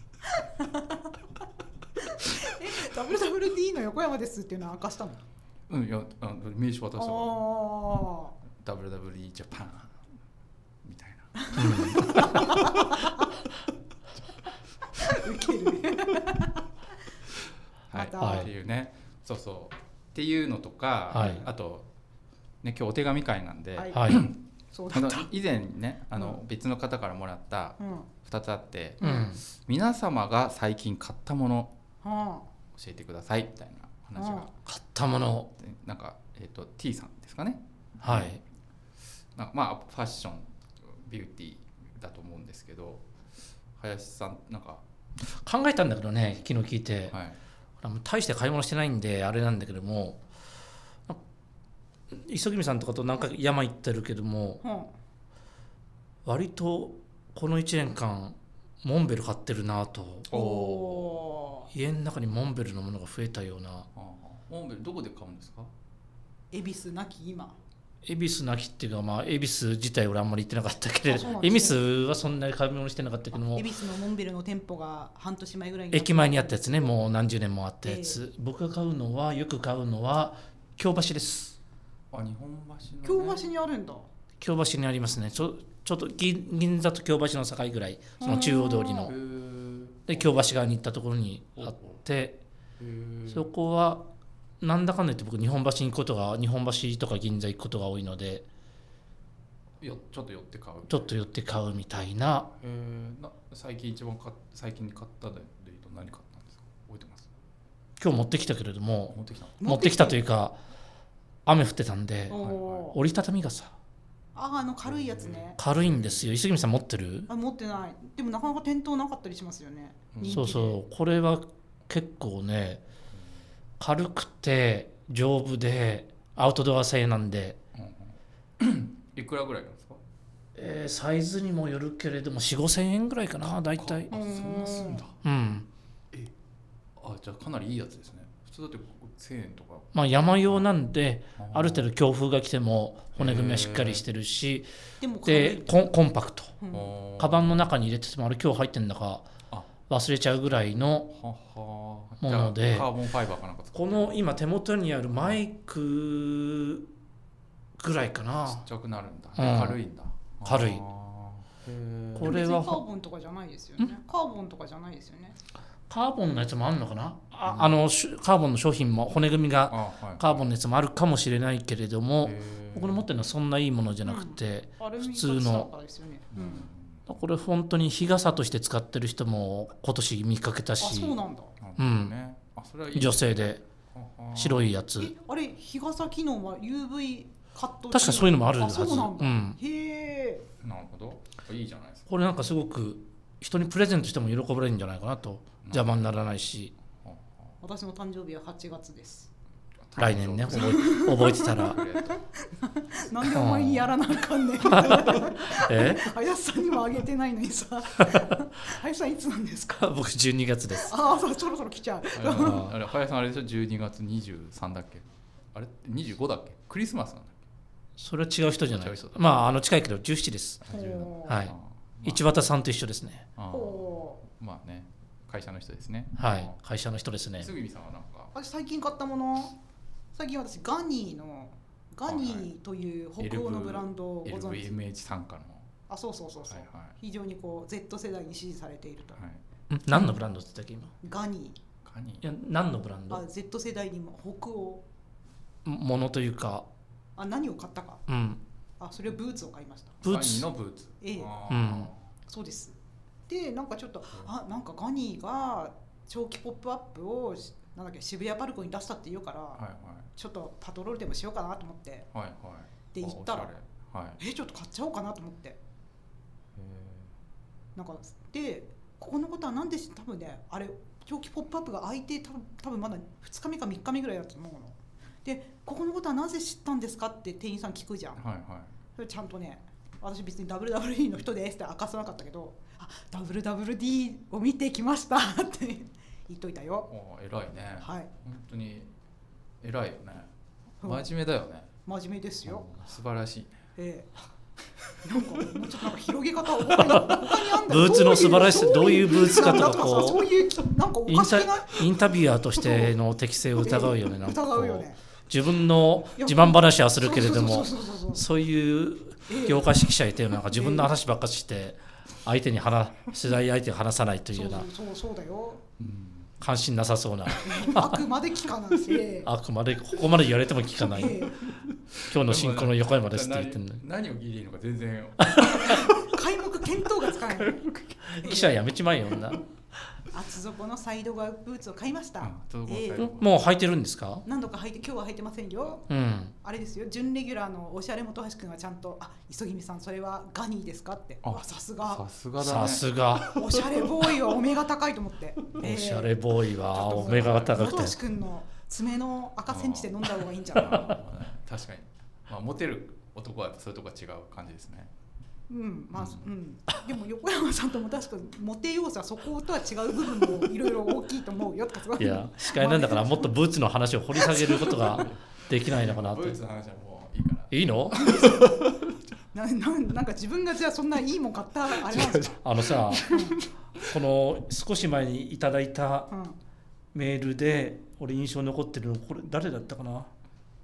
Speaker 1: え ダブリューダブリューディー の横山ですっていうのは明かしたのうんいやあの名刺渡したから ダブリューダブリュー ジャパンみたいなウケるねはい、はい、っていうねそうそうっていうのとか、はい、あとね今日お手紙会なんで、はい、あの以前ねあの、うん、別の方からもらったふたつあって、うん、皆様が最近買ったもの、うん、教えてくださいみたいな話が。
Speaker 2: 買ったもの
Speaker 1: なんか、えー、と T さんですかね。
Speaker 2: はい。
Speaker 1: なんかまあファッションビューティーだと思うんですけど、林さんなんか
Speaker 2: 考えたんだけどね、昨日聞いて、
Speaker 1: はい、
Speaker 2: 大して買い物してないんであれなんだけども、磯君さんとかと何回山行ってるけども、うん、割とこのいちねんかんモンベル買ってるなと。お家の中にモンベルのものが増えたような。
Speaker 1: あモンベルどこで買うんですか？
Speaker 3: 恵比寿なき今。
Speaker 2: 恵比寿なきっていうか、まあ、恵比寿自体俺あんまり行ってなかったけれど、ね、恵比寿はそんなに買い物してなかったけども、
Speaker 3: 恵比寿のモンベルの店舗が半年前ぐらいに
Speaker 2: 駅前にあったやつね、もう何十年もあったやつ、えー、僕が買うのはよく買うのは京橋です。
Speaker 1: あ日本
Speaker 3: 橋の、ね、京橋にあるんだ。
Speaker 2: 京橋にありますね。ちょちょっと 銀, 銀座と京橋の境ぐらい、その中央通りので京橋側に行ったところにあって、そこはなんだかんだ言って僕日本橋に行くことが日本橋とか銀座行くことが多いので、
Speaker 1: よちょっと寄って買う
Speaker 2: ちょっと寄って買うみたいな。
Speaker 1: えー、な最近一番か最近に買ったでいうと何買ったんですか？覚えてます？
Speaker 2: 今日持ってきたけれども、
Speaker 1: 持ってきた
Speaker 2: 持ってきたというか雨降ってたんで、折りたたみ傘。
Speaker 3: ああの軽いやつね。
Speaker 2: 軽いんですよ。磯君さん持ってる？
Speaker 3: あ持ってない。でもなかなか店頭なかったりしますよね。
Speaker 2: うん、そうそうこれは結構ね軽くて丈夫でアウトドア製なんで、
Speaker 1: うん、いくらぐらいなんですか？
Speaker 2: えー、サイズにもよるけれども よん、ごせんえんぐらいかな大体。
Speaker 1: あそんなすんだ。
Speaker 2: うん
Speaker 1: えあじゃあかなりいいやつですね。普通だってせんえんとか。
Speaker 2: まあ山用なんである程度強風が来ても骨組みはしっかりしてるし、
Speaker 3: でも
Speaker 2: で コ, コンパクト、うん、カバンの中に入れててもあれ今日入ってんだか忘れちゃうぐらいのもので、
Speaker 1: カーボンファイバーかなんか
Speaker 2: この今手元にあるマイクぐらいかな。
Speaker 1: ちっちゃくなるんだ、うん、軽いんだ。
Speaker 2: 軽い。
Speaker 3: これはカーボンとかじゃないですよね。カーボンとかじゃないですよね。
Speaker 2: カーボンのやつもあるのかな、あ、あのカーボンの商品も骨組みがカーボンのやつもあるかもしれないけれども、僕の持ってるのはそんないいものじゃなくて、うん、普通の、うん、これ本当に日傘として使ってる人も今年見かけたし。
Speaker 3: あそうなんだ、
Speaker 2: うん、
Speaker 1: あそれはいい
Speaker 2: 女性で白いやつ。
Speaker 3: えあれ日傘機能は ユーブイ カット。
Speaker 2: 確かそういうのもあるはず。
Speaker 3: あそうなんだ、
Speaker 2: うん、
Speaker 3: へえ。
Speaker 1: なるほど、いいじゃないですか。
Speaker 2: これなんかすごく人にプレゼントしても喜ばれるんじゃないかなと。邪魔にならないし。
Speaker 3: 私の誕生日ははちがつです。
Speaker 2: 来年ね、覚え、覚えてたら
Speaker 3: なんでお前にやらなあかんねんえ林さんにもあげてないのにさ林さんいつなんですか？
Speaker 2: 僕じゅうにがつです。
Speaker 3: ああそろそろ来ちゃう
Speaker 1: あれ林さんあれでしょじゅうにがつにじゅうさんだっけ？あれにじゅうごだっけ？クリスマスなんだっけ？
Speaker 2: それは違う人じゃない。まああの近いけどじゅうしちです。はい、市端さんと一緒ですね。
Speaker 1: あまあね会社の人ですね。
Speaker 2: はい、会社の人ですね。
Speaker 1: 杉見さんはなんか
Speaker 3: 私最近買ったもの、最近私ガニーのガニーという北欧のブランドをご存知。 エルブイエムエイチ 傘下のあそうそうそうそう、はいはい、非常にこう Z 世代に支持されていると、は
Speaker 2: い、何のブランドって言ったっけ今？
Speaker 3: ガニ
Speaker 1: ー。ガニー。
Speaker 2: いや何のブランド？
Speaker 3: あ Z 世代にも北欧
Speaker 2: ものというか。
Speaker 3: あ何を買ったか。
Speaker 2: うん。
Speaker 3: あそれはブーツを買いました。
Speaker 1: ブーツのブーツ。
Speaker 3: ええ。うん。そうです。でなんかちょっとあなんかガニーが長期ポップアップをなんだっけ渋谷パルコに出したって言うから、はいはい、ちょっとパトロールでもしようかなと思って、はいはい、で行ったら、はい、えちょっと買っちゃおうかなと思って、なんかでここのことはなんで多分ねあれ長期ポップアップが開いて多分多分まだふつかめかみっかめぐらいだと思うので、ここのことはなぜ知ったんですかって店員さん聞くじゃん、はいはい、それちゃんとね私別に ダブリューダブリューイー の人ですって明かさなかったけど、あ ダブリューダブリューディー を見てきましたって言っといたよ。
Speaker 1: お偉いね。
Speaker 3: はい。
Speaker 1: 本当に偉いよね。真面目だよね。
Speaker 3: 真面目ですよ。
Speaker 1: 素晴らしいね。
Speaker 3: ええ。なんかもうちょっとなんか広げ方を他に他にあんだよ。
Speaker 2: ブーツの素晴らしさどういうブーツかとかこう
Speaker 3: そういうなんかおかしくない？
Speaker 2: インタビュアーとしての適性を疑うよね。なんか
Speaker 3: 疑うよね。
Speaker 2: 自分の自慢話はするけれども、そういう業界識者いてなんか自分の話ばっかりして相手に話取材相手に話さないというような、
Speaker 3: そうそうそうだよ、
Speaker 2: うん、関心なさそうな
Speaker 3: あくまで聞かないし
Speaker 2: あくまでここまで言われても聞かない、今日の進行の横山ですって言ってるのに
Speaker 1: 何を聞いていいのか全然
Speaker 3: 開目見当がつかない
Speaker 2: 記者やめちまえよな
Speaker 3: 厚底のサイドガブーツを買いました、うん
Speaker 2: えー、もう履いてるんですか？
Speaker 3: 何度か履いて、今日は履いてませんよ、うん、あれですよ、準レギュラーのおしゃれ本橋くんがちゃんと、あ、磯君さんそれはガニーですかって、あ、さすが
Speaker 1: さすがだね、
Speaker 2: さすが
Speaker 3: おしゃれボーイはお目が高いと思って、
Speaker 2: えー、おしゃれボーイはお目が高くて、
Speaker 3: 本橋くんの爪の赤センチで飲んだ方がいいんじゃないかな
Speaker 1: 確かに、まあ、モテる男はやっぱそういうとこが違う感じですね。
Speaker 3: うん、まあ、うん、でも横山さんとも確かモテ要素はそことは違う部分もいろいろ大きいと思うよとか、
Speaker 2: いや司会なんだからもっとブーツの話を掘り下げることができないのかなと。
Speaker 1: ブーツの話はもういいから。
Speaker 2: いいの？
Speaker 3: な, な, なんか自分がじゃあそんないいもん買ったあれなんですか？
Speaker 2: あのさ、この少し前にいただいたメールで俺印象に残ってるの、これ誰だったかな。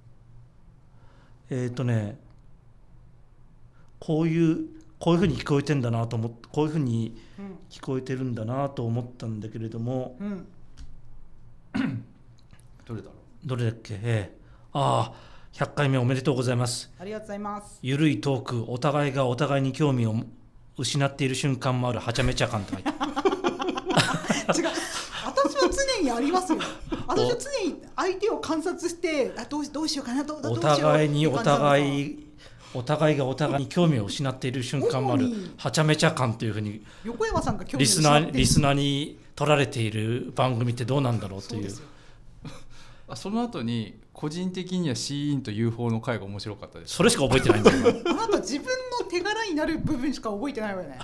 Speaker 2: えっ、ー、とねこういうこういうふうに聞こえてんだなと思って、こういうふうに聞こえてるんだなと思ったんだけれども、うん、
Speaker 1: どれだろう、
Speaker 2: どれだっけ、ええ、ああ、ひゃっかいめおめでとうございます。
Speaker 3: ありがとうございます。
Speaker 2: ゆるいトーク、お互いがお互いに興味を失っている瞬間もあるはちゃめちゃ感とか言って
Speaker 3: 違う、私は常にありますよ。私は常に相手を観察して、あ、どう、どうしようかな、どう、どうしよう、
Speaker 2: お互いにお互いお互いがお互いに興味を失っている瞬間もあるはちゃめちゃ感というふうに
Speaker 3: 横山さんが興味を
Speaker 2: リスナーリスナーに取られている番組ってどうなんだろうという。
Speaker 1: あ、その後に個人的にはシーインと ユーフォー の回が面白かったです。
Speaker 2: それしか覚えてないんだよ
Speaker 3: あなた自分の手柄になる部分しか覚えてないわよね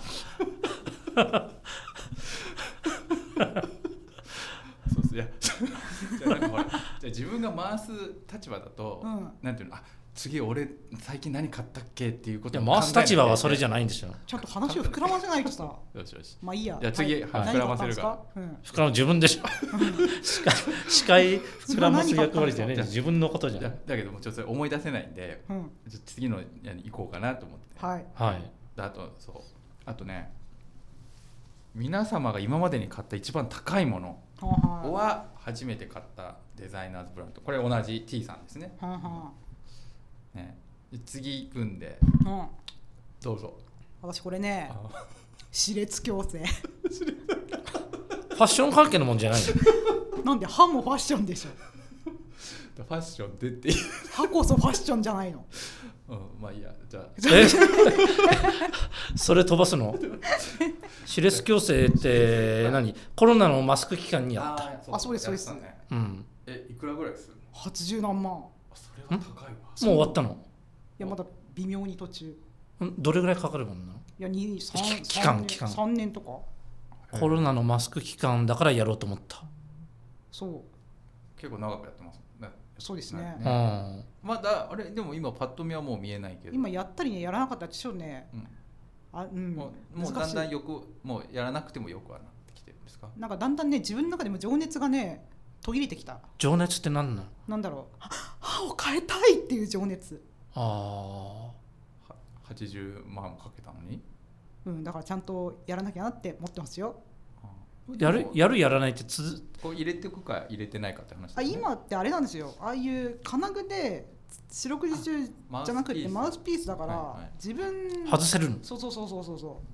Speaker 1: そうです、いやじゃあなんかほら、じゃあ自分が回す立場だと、うん、なんていうの、あ、次俺最近何買ったっけっていうことを考えない。
Speaker 2: 回す立場はそれじゃないんですよ。
Speaker 3: ちゃんと話を膨らませないとさ。
Speaker 1: よしよし。
Speaker 3: まあいいや。
Speaker 1: じゃあ次、はいはい、膨らませるから。
Speaker 3: うん、
Speaker 2: 膨らむ自分でしょ。司会膨らます役割じゃねえ、自分のことじゃん。
Speaker 1: だ, だけどもちょっと思い出せないんで、うん、ちょっと次のやに行こうかなと思って。
Speaker 3: はい。
Speaker 2: はい。
Speaker 1: あとそう、あとね、皆様が今までに買った一番高いものは初めて買ったデザイナーズブランド。これ同じ T さんですね。ははね。次行くんで、うん、どうぞ。
Speaker 3: 私これね、歯列矯正
Speaker 2: ファッション関係のもんじゃないの
Speaker 3: なんで歯もファッションでしょ。
Speaker 1: ファッションでって
Speaker 3: 歯こそファッションじゃないの。
Speaker 1: うん、まあいいや、じゃあ
Speaker 2: えそれ飛ばすの？歯列矯正って何？コロナのマスク期間にやった。
Speaker 3: あ、そうですそうです、ね、
Speaker 1: うん、え、いくらぐらいするの？
Speaker 3: はちじゅうなんまん。
Speaker 1: それは高いわ。も
Speaker 2: う終わったの？
Speaker 3: いや、まだ微妙に途中。
Speaker 2: どれぐらいかかるもんなの？
Speaker 3: いや、に、さん、
Speaker 2: 期間期間
Speaker 3: さんねんとか。
Speaker 2: コロナのマスク期間だからやろうと思った。
Speaker 3: そう。
Speaker 1: 結構長くやってますね。
Speaker 3: そうですね。
Speaker 1: ね、うん、まだあれでも今パッと見はもう見えないけど。
Speaker 3: 今やったりね、やらなかったでしょうね。うん。あ、うん。
Speaker 1: もう、もうだんだんよく、もうやらなくてもよくはなってきてるんですか？
Speaker 3: なんかだんだんね、自分の中でも情熱がね、途切れてきた。
Speaker 2: 情熱って何なの？
Speaker 3: なんだろう。歯を変えたいっていう情熱。
Speaker 2: ああ。
Speaker 1: はちじゅうまんかけたのに？
Speaker 3: うん、だからちゃんとやらなきゃなって思ってますよ。
Speaker 2: やるやるやらないってつ
Speaker 1: こう入れていくか入れてないかって話ですね。
Speaker 3: あ、今ってあれなんですよ。ああいう金具で四六時中じゃなくてマウスピースだから、はいはい、自分
Speaker 2: 外せるの？
Speaker 3: そうそうそうそうそうそう。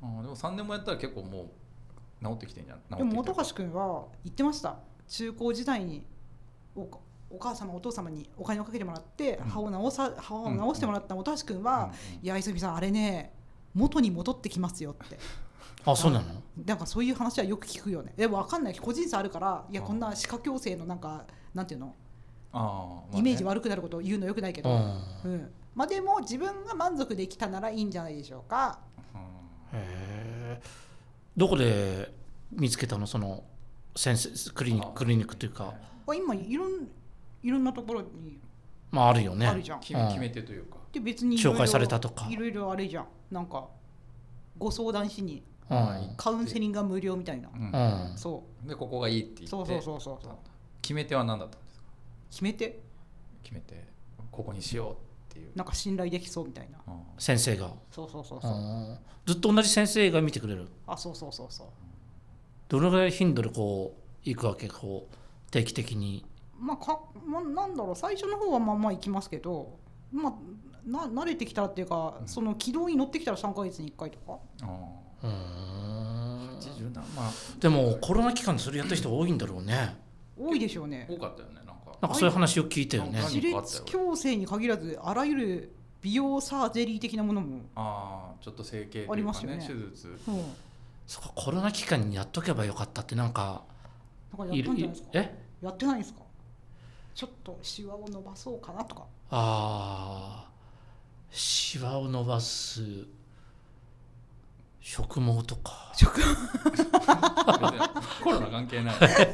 Speaker 1: あ、でもさんねんもやったら結構もう治ってきてんじゃん。
Speaker 3: でも本橋君は言ってました。中高時代におお母様お父様にお金をかけてもらって、うん、歯を治さ歯を治してもらった本橋君は、うんうん、いや磯見さんあれね元に戻ってきますよって。
Speaker 2: あ、そうなの？
Speaker 3: なんかそういう話はよく聞くよね。でも分かんない、個人差あるから、いやこんな歯科矯正のなんかなんていうの、
Speaker 1: あ、まあね、
Speaker 3: イメージ悪くなることを言うのよくないけど、うん、まあでも自分が満足できたならいいんじゃないでしょうか。
Speaker 2: へえ。どこで見つけたの、その先生クリニッククリニックというか。
Speaker 3: 今いろんいろんなところに、
Speaker 2: まああるよね。
Speaker 3: あるじゃん。
Speaker 1: 決め、決めてというか。
Speaker 3: で別に
Speaker 2: 紹介されたとか。
Speaker 3: いろいろあれじゃん。なんかご相談しに。うん、カウンセリングが無料みたいな、うん、そう
Speaker 1: でここがいいって言って、
Speaker 3: そうそうそうそうそう。
Speaker 1: 決め手は何だったんですか？
Speaker 3: 決め手
Speaker 1: 決め手ここにしようっていう、
Speaker 3: なんか信頼できそうみたいな、
Speaker 2: うん、先生が、
Speaker 3: そうそうそうそう、うん、
Speaker 2: ずっと同じ先生が見てくれる。
Speaker 3: あ、そうそうそうそう。
Speaker 2: どのぐらい頻度でこう行くわけ？こう定期的に。
Speaker 3: まあか、まあ、なんだろう、最初の方はまあまあ行きますけど、まあな慣れてきたらっていうか、うん、その軌道に乗ってきたらさんかげつにいっかいとか。
Speaker 2: あ、うん、はち
Speaker 1: じゅうなな、まあ、
Speaker 2: でもコロナ期間でそれやった人多いんだろうね。
Speaker 3: 多いでしょうね。
Speaker 1: 多かったよね。なんか
Speaker 2: なんかそういう話を聞いたよね。
Speaker 3: 歯列矯正に限らずあらゆる美容サージェリー的なものも
Speaker 1: あちょっと整形というかね、手術、
Speaker 2: うん、そこコロナ期間にやっとけばよかったってなんか
Speaker 3: なんかやったんじゃないですか。えやってないですか。ちょっとシワを伸ばそうかなとか。
Speaker 2: ああシワを伸ばす植毛とか
Speaker 3: 植毛
Speaker 1: コロナ関係ない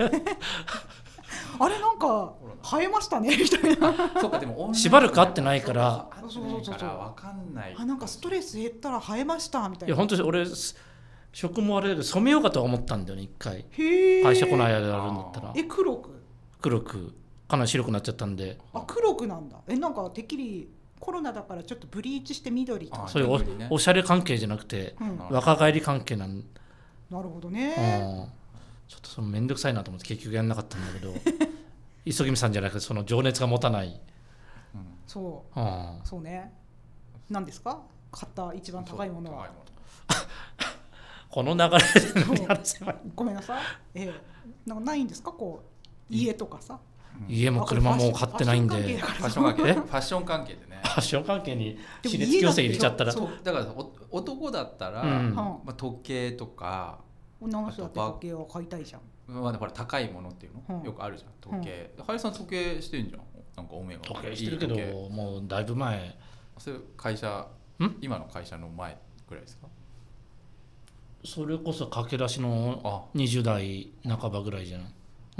Speaker 3: あれなんか生えましたねみたいな
Speaker 1: そうかでも
Speaker 2: しばらく会ってないから
Speaker 3: そうそうそうそう
Speaker 1: 分かんない。
Speaker 3: あなんかストレス減ったら生えましたみたいな。
Speaker 2: いや本当に俺植毛あれだけど染めようかとは思ったんだよね一回。
Speaker 3: へえ。
Speaker 2: 会社この間やるんだったら。
Speaker 3: え黒く
Speaker 2: 黒くかなり白くなっちゃったんで。
Speaker 3: あ黒くなんだ。えなんかてっきりコロナだからちょっとブリーチして緑とか
Speaker 2: そういう お, おしゃれ関係じゃなくて、うん、若返り関係なん。
Speaker 3: なるほどね、
Speaker 2: うん、ちょっとそのめんどくさいなと思って結局やんなかったんだけど磯君さんじゃなくてその情熱が持たない、
Speaker 3: うん、そう、
Speaker 2: うん、
Speaker 3: そうね。何ですか買った一番高いものは
Speaker 2: この流れで話せば
Speaker 3: ごめんなさい、ええ、なんかないんですかこう家とかさ。
Speaker 2: 家も車も買ってないんで。
Speaker 1: ファッション関係ファッション関係でね。
Speaker 2: ファッション関係に歯列矯正入れちゃったら。
Speaker 1: そうだから男だったら、うんまあ、時計とか
Speaker 3: 女の人だって時計を買いたいじゃん。
Speaker 1: まあ、ほら高いものっていうの、うん、よくあるじゃん時計。林、うん、さん時計してんじゃん。なんかオメガ
Speaker 2: 時計してるけどもうだいぶ前。
Speaker 1: それ会社今の会社の前ぐらいですか。
Speaker 2: それこそ駆け出しのにじゅう代半ばぐらいじゃない。うん、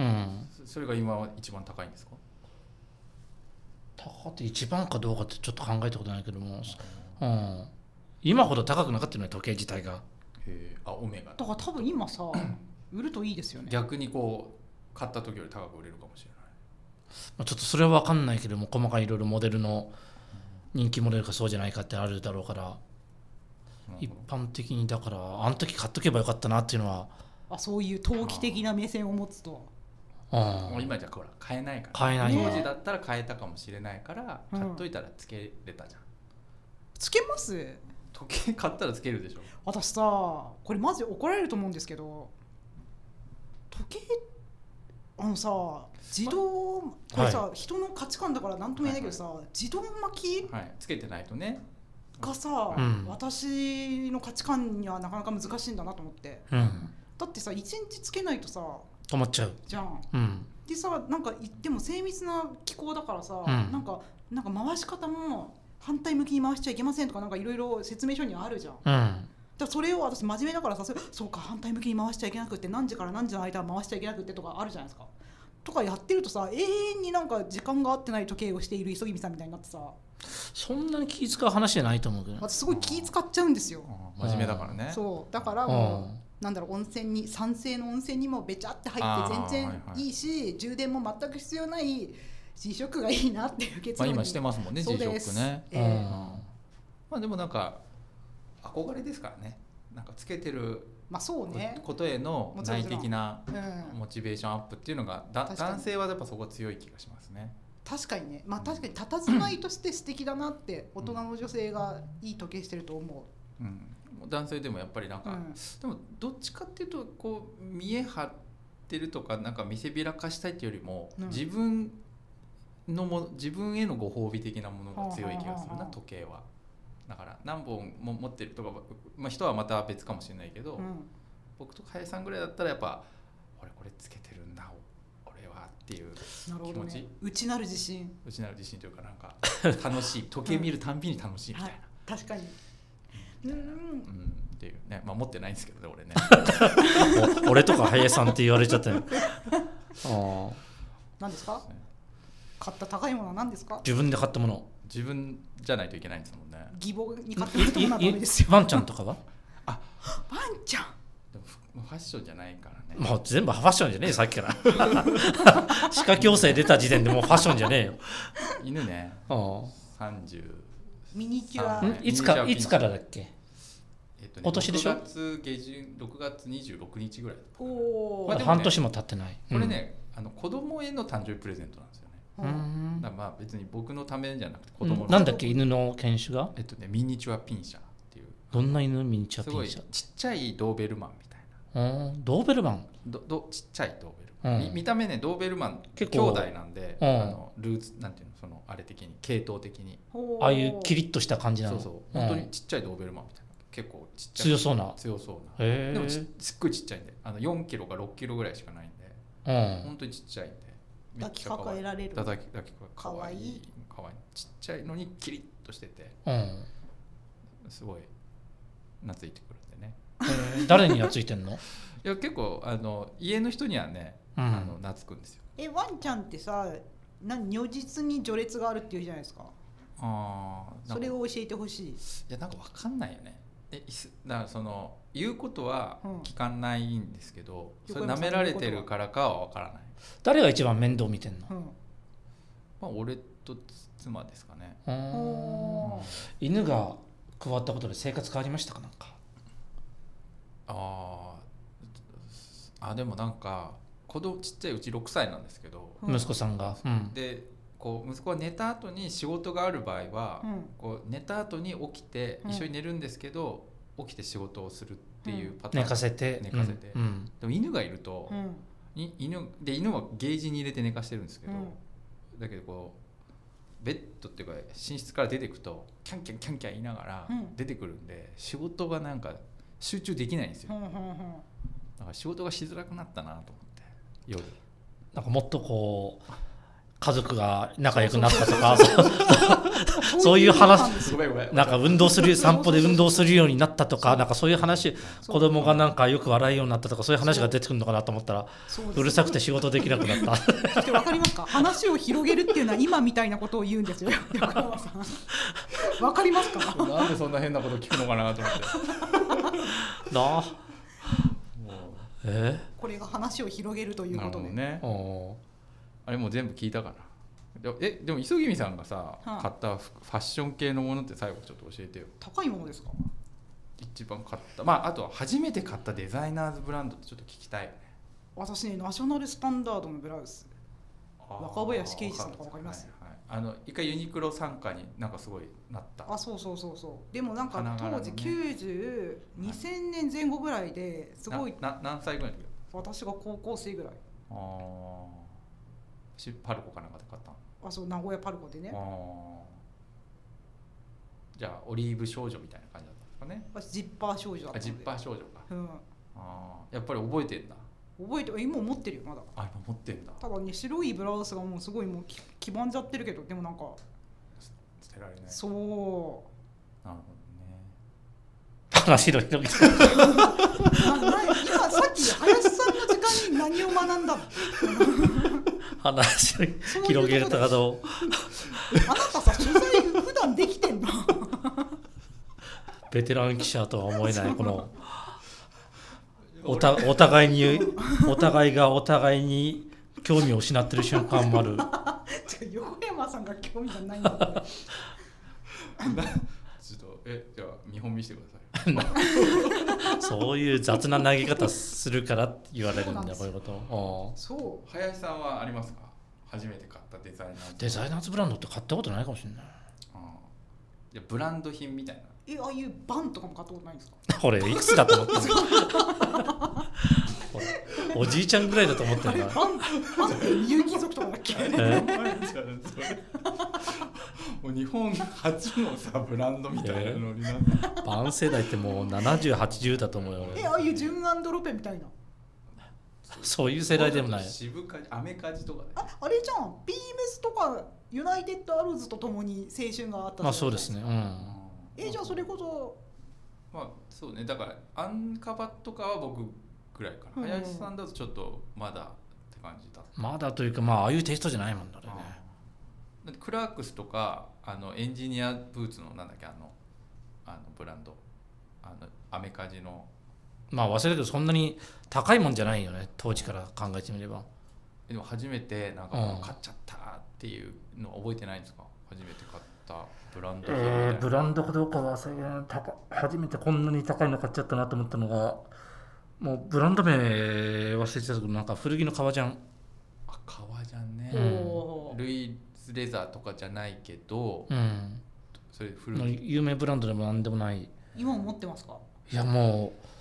Speaker 1: それが今は一番高いんですか。
Speaker 2: 高って一番かどうかってちょっと考えたことないけども、うん、今ほど高くなかったよね時計自体が。
Speaker 1: へあオメガ
Speaker 3: だから多分今さ売るといいですよね。
Speaker 1: 逆にこう買った時より高く売れるかもしれない。
Speaker 2: まあ、ちょっとそれは分かんないけども細かいいろいろモデルの人気モデルかそうじゃないかってあるだろうから、うん、一般的にだからあの時買っとけばよかったなっていうのは。
Speaker 3: あそういう投機的な目線を持つと。
Speaker 1: もう今じゃほら買えないから
Speaker 2: 買えない、
Speaker 1: 当時だったら買えたかもしれないから買っといたらつけれたじゃん、うん、
Speaker 3: つけます。
Speaker 1: 時計買ったらつけるでしょ。
Speaker 3: 私さこれマジ怒られると思うんですけど時計あのさ自動これさ、はい、人の価値観だから何とも言えないけどさ、はいはい、自動巻き、
Speaker 1: はい、つけてないとね
Speaker 3: がさ、うん、私の価値観にはなかなか難しいんだなと思って、うん、だってさいちにちつけないとさ
Speaker 2: 止まっちゃう
Speaker 3: じゃん、
Speaker 2: うん、
Speaker 3: でさなんかでも精密な機構だからさ、うん、なんかなんか回し方も反対向きに回しちゃいけませんとかなんかいろいろ説明書にはあるじゃん、うん、だからそれを私真面目だからさそうか反対向きに回しちゃいけなくって何時から何時の間は回しちゃいけなくってとかあるじゃないですかとかやってるとさ永遠になんか時間が合ってない時計をしている磯君さんみたいになってさ
Speaker 2: そんなに気使う話じゃないと思うけど
Speaker 3: 私すごい気使っちゃうんですよ。
Speaker 1: 真面目だからね。
Speaker 3: そうだからもうなんだろう温泉に酸性の温泉にもべちゃって入って全然いいし、はいはい、充電も全く必要ない G ショックがいいなっていう結論に、
Speaker 1: まあ、今してますもんね G ショックね、えーうんまあ、でもなんか憧れですからねなんかつけてる
Speaker 3: まあそうね、
Speaker 1: ことへの内的なモチベーションアップっていうのが、うん、だ男性はやっぱそこ強い気がしますね。
Speaker 3: 確かにね、まあ、確かに佇まいとして素敵だなって大人の女性がいい時計してると思う、うん
Speaker 1: うん、男性でもやっぱりなんか、うん、でもどっちかっていうとこう見え張ってるとかなんか見せびらかしたいっていうよりも、うん、自分のも自分へのご褒美的なものが強い気がするな、時計は。だから何本も持ってるとか、まあ、人はまた別かもしれないけど、うん、僕と林さんぐらいだったらやっぱ俺これつけてるんだ俺はっていう気持ち。なるほどね、
Speaker 3: 内なる自信
Speaker 1: 内なる自信というかなんか楽しい時計見るたんびに楽しいみたいな、うんはい、
Speaker 3: 確かに
Speaker 1: うん、うん、っていうね、まあ持ってないんですけどね俺ね
Speaker 2: 俺とか林さんって言われちゃったよ
Speaker 3: あ何ですか、買った高いものは何ですか。
Speaker 2: 自分で買ったもの。
Speaker 1: 自分じゃないといけないんですもんね。
Speaker 3: 義母に買ってもらったものはダメですよ。
Speaker 2: ワンちゃんとかは
Speaker 3: あワンちゃん
Speaker 1: でもファッションじゃないからね。
Speaker 2: もう全部ファッションじゃねえさっきから歯科矯正出た時点でもうファッションじゃねえよ
Speaker 1: 犬ねさんじゅう
Speaker 3: ミニチュア
Speaker 2: いつかいつからだっけ、えっとね、今年でしょ。
Speaker 1: ろくがつ下旬ろくがつにじゅうろくにちぐらい。
Speaker 2: お、まあね、半年も経ってない。
Speaker 1: これね、うん、あの子供への誕生日プレゼントなんですよね。うんだからまあ別に僕のためじゃなくて子供の、
Speaker 2: うん、なんだっけ犬の犬種が、
Speaker 1: えっとね、ミニチュアピンシャーっていう。
Speaker 2: どんな犬ミニチュアピンシャー。
Speaker 1: すごいちっちゃいドーベルマンみたい
Speaker 2: ドーベルマン
Speaker 1: どどちっちゃいドーベルマン、うん、見た目ねドーベルマン兄弟なんで、うん、あのルーツなんていうのそのあれ的に系統的に
Speaker 2: ああいうキリッとした感じなの。
Speaker 1: そうそう本当にちっちゃいドーベルマンみたいな、結構ちっちゃい
Speaker 2: 強そうな
Speaker 1: 強そうなでもすっごいちっちゃいんであのよんキロかろっキロぐらいしかないんで、うん、本当にちっちゃいんで
Speaker 3: 抱きかかえられる
Speaker 1: 抱き抱きかわいいかわいいちっちゃいのにキリッとしてて、うん、すごい懐いてくるんでね、
Speaker 2: えー、誰に懐いてんの？
Speaker 1: いや結構あの家の人にはね、うん、あの懐くんですよ。
Speaker 3: えワンちゃんってさ何如実に序列があるっていうじゃないですか。
Speaker 1: あ
Speaker 3: それを教えてほしい。い
Speaker 1: やなんか分かんないよね。えだからその言うことは聞かないんですけど、うん、それ舐められてるからかは分からない。
Speaker 2: 誰が一番面倒見てんの？うん、
Speaker 1: まあ俺と妻ですかね。
Speaker 2: うん、犬が加わったことで生活変わりましたかなんか？
Speaker 1: ああでもなんか子供ちっちゃいうちろくさいなんですけど、
Speaker 2: うん、息子さんが、
Speaker 1: うん、でこう息子は寝た後に仕事がある場合は、うん、こう寝た後に起きて一緒に寝るんですけど、うん、起きて仕事をするっていうパターン、
Speaker 2: 寝かせて
Speaker 1: 寝かせて、うん、でも犬がいると、うん、犬で犬はゲージに入れて寝かしてるんですけど、うん、だけどこうベッドっていうか寝室から出てくとキャンキャンキャンキャン言いながら出てくるんで、仕事がなんか集中できないんですよ、うんうんうん、だから仕事がしづらくなったなと思って夜
Speaker 2: なんかもっとこう家族が仲良くなったとかそういう話なんか運動する散歩で運動するようになったとかなんかそういう話子供がなんかよく笑うようになったとかそういう話が出てくるのかなと思ったらうるさくて仕事できなくなった
Speaker 3: そして分かりますか話を広げるっていうのは今みたいなことを言うんですよ横山さん分かりますか
Speaker 1: なんでそんな変なこと聞くのかなと思って
Speaker 2: なあえ
Speaker 3: これが話を広げるということで
Speaker 1: ねあれもう全部聞いたかな。えでも磯君さんがさ、はあ、買ったファッション系のものって最後ちょっと教えてよ。
Speaker 3: 高いものですか？
Speaker 1: 一番買ったまああとは初めて買ったデザイナーズブランドってちょっと聞きたいよね。
Speaker 3: 私ねナショナルスタンダードのブラウス若林圭司さんとか分かります？
Speaker 1: はいはい、あの一回ユニクロ傘下になんかすごいなった。
Speaker 3: あそうそうそうそうでもなんか当時きゅうじゅう、にせんねんぜん後ぐらいですごい
Speaker 1: なな何歳ぐらいの時？
Speaker 3: 私が高校生ぐらい。あ
Speaker 1: あパルコかなんかで買ったの？
Speaker 3: あそう名古屋パルコでね。
Speaker 1: あじゃあオリーブ少女みたいな感じだったんですかね。
Speaker 3: 私ジッパー少女だったので。
Speaker 1: あジッパー少女か、うん、あやっぱり覚えてんだ。
Speaker 3: 覚えて今持ってるよまだ。
Speaker 1: あ今持ってんだ。
Speaker 3: ただね白いブラウスがもうすごいもう黄ばんじゃってるけどでもなんか
Speaker 1: 捨てられない。
Speaker 3: そう
Speaker 1: なるほどね。
Speaker 2: 話の広げて今
Speaker 3: さっき林さんの時間に何を学んだの
Speaker 2: 話を広げるとかどう
Speaker 3: あなたさ取材普段できてんの
Speaker 2: ベテラン記者とは思えないこのお, たお互いにお互いがお互いに興味を失ってる瞬間もある
Speaker 3: 横山さんが興味がないんだからち
Speaker 1: ょっとえじゃあ見本見せてください
Speaker 2: そういう雑な投げ方するからって言われるんだこういうこと。
Speaker 3: そう
Speaker 1: 林さんはありますか？初めて買ったデザイナーズ
Speaker 2: デザイナーズブランドって買ったことないかもしれない。
Speaker 1: あいやブランド品みたいな
Speaker 3: えああいうバンとかも買ったことないんですか？
Speaker 2: 俺いくつだと思ってるおじいちゃんぐらいだと思ってるな。
Speaker 3: バンバンって有機族とかだっけ？え
Speaker 1: もう日本初のさブランドみたいなのになって、
Speaker 2: えー、バン世代ってもうななじゅうはちじゅうだと思うよ。
Speaker 3: えああいうジュン&ロペみたいな
Speaker 2: そういう世代でもない。
Speaker 1: 渋カジアメカジとか、ね、
Speaker 3: ああれじゃんビームスとかユナイテッドアローズとともに青春があった。
Speaker 2: まあそうですね、うん、
Speaker 3: えじゃあそれこそ
Speaker 1: まあそうねだからアンカバとかは僕ぐらいかな、うん、林さんだとちょっとまだって感じだ。
Speaker 2: まだというかまあああいうテイストじゃないもんだね。
Speaker 1: だってクラークスとかあのエンジニアブーツのなんだっけあのあのブランドあのアメカジの
Speaker 2: まあ忘れるけどそんなに高いもんじゃないよね当時から考えてみれば。
Speaker 1: でも初めてなんか買っちゃったっていうの覚えてないんですか？初めて買ったブランド、
Speaker 2: えー、ブランドかどうかは初めてこんなに高いの買っちゃったなと思ったのがもうブランド名忘れてたけどなんか古着の革ジャン。
Speaker 1: あ革ジャンね、うん、ルイズレザーとかじゃないけど、うん、それ古着
Speaker 2: 有名ブランドでもなんでもない。
Speaker 3: 今も持ってますか？
Speaker 2: いやもう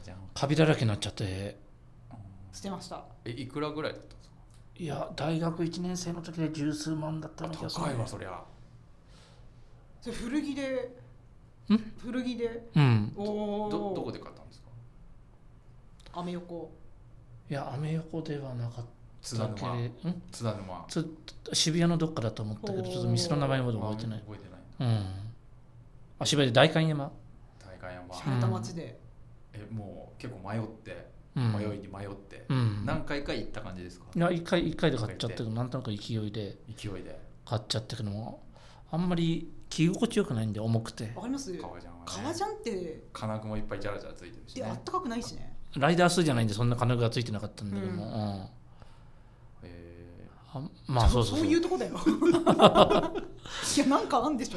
Speaker 2: カビだらけになっちゃって
Speaker 3: 捨てました。
Speaker 1: えいくらぐらいだったんですか？
Speaker 2: いや大学いちねん生の時で十数万だったの
Speaker 1: 気がする。高いわそりゃ。
Speaker 3: それ古着で
Speaker 2: ん
Speaker 3: 古着で、
Speaker 2: うん、
Speaker 3: お
Speaker 1: どどこで買ったんですか？
Speaker 3: アメ横。
Speaker 2: いやアメ横ではなかった
Speaker 1: 津田沼。ん津田沼
Speaker 2: つ渋谷のどっかだと思ったけどちょっと店の名前まで覚えてない。
Speaker 1: 覚えてない。
Speaker 2: うん。あ渋谷で代官山。
Speaker 1: 代官山。
Speaker 3: 洒落た街で。
Speaker 1: えもう結構迷って、うん、迷いに迷って、うん、何回か行った感じですか？
Speaker 2: いや一回一回で買っちゃったけどなんとなく勢いで
Speaker 1: 勢いで
Speaker 2: 買っちゃったけどもあんまり着心地よくないんで重くて。
Speaker 3: わかります？革ジャンは、ね、革ジャンって
Speaker 1: 金具もいっぱいジャラジャラついてるし、ね、
Speaker 3: であったかくないしね。
Speaker 2: ライダースじゃないんでそんな金具がついてなかったんだけども、うんうん、
Speaker 1: え
Speaker 2: ー、あまあそうそうそう
Speaker 3: そういうとこだよいやなんかあんでしょ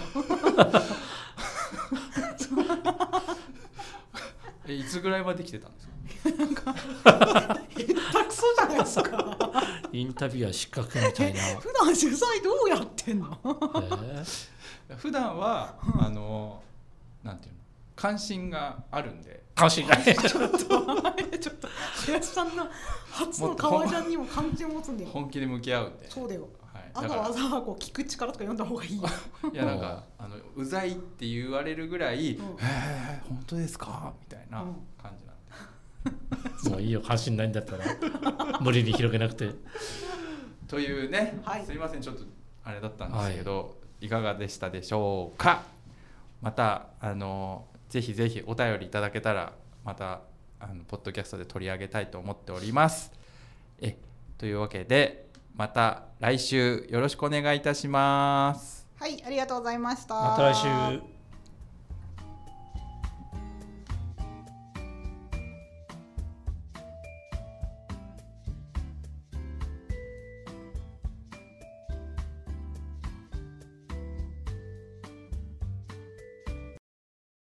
Speaker 1: えいつぐらいまで来てたんですか？
Speaker 3: なんか下手くそじゃないですか
Speaker 2: インタビュアー失格みたいな
Speaker 3: 普段取材どうやってんの、
Speaker 1: えー、普段はあのなんていうの関心があるんで
Speaker 2: 関心が
Speaker 3: ちょっとちょっと林さんの初の革ジャンにも関心を持つんだよ。
Speaker 1: 本気で向き合うんで。
Speaker 3: そうだよ、はい、あとわざわざこう聞く力とか読んだ方がいいよ
Speaker 1: いやなんかあのうざいって言われるぐらい、うん、えー、本当ですかみたいな感じなん
Speaker 2: で、うん、もういいよ関心ないんだったら無理に広げなくて
Speaker 1: というね、はい、すいませんちょっとあれだったんですけど、はい、いかがでしたでしょうか。またあのぜひぜひお便りいただけたらまたあのポッドキャストで取り上げたいと思っております。えというわけでまた来週よろしくお願いいたします。
Speaker 3: はい、ありがとうございました。
Speaker 2: また来週。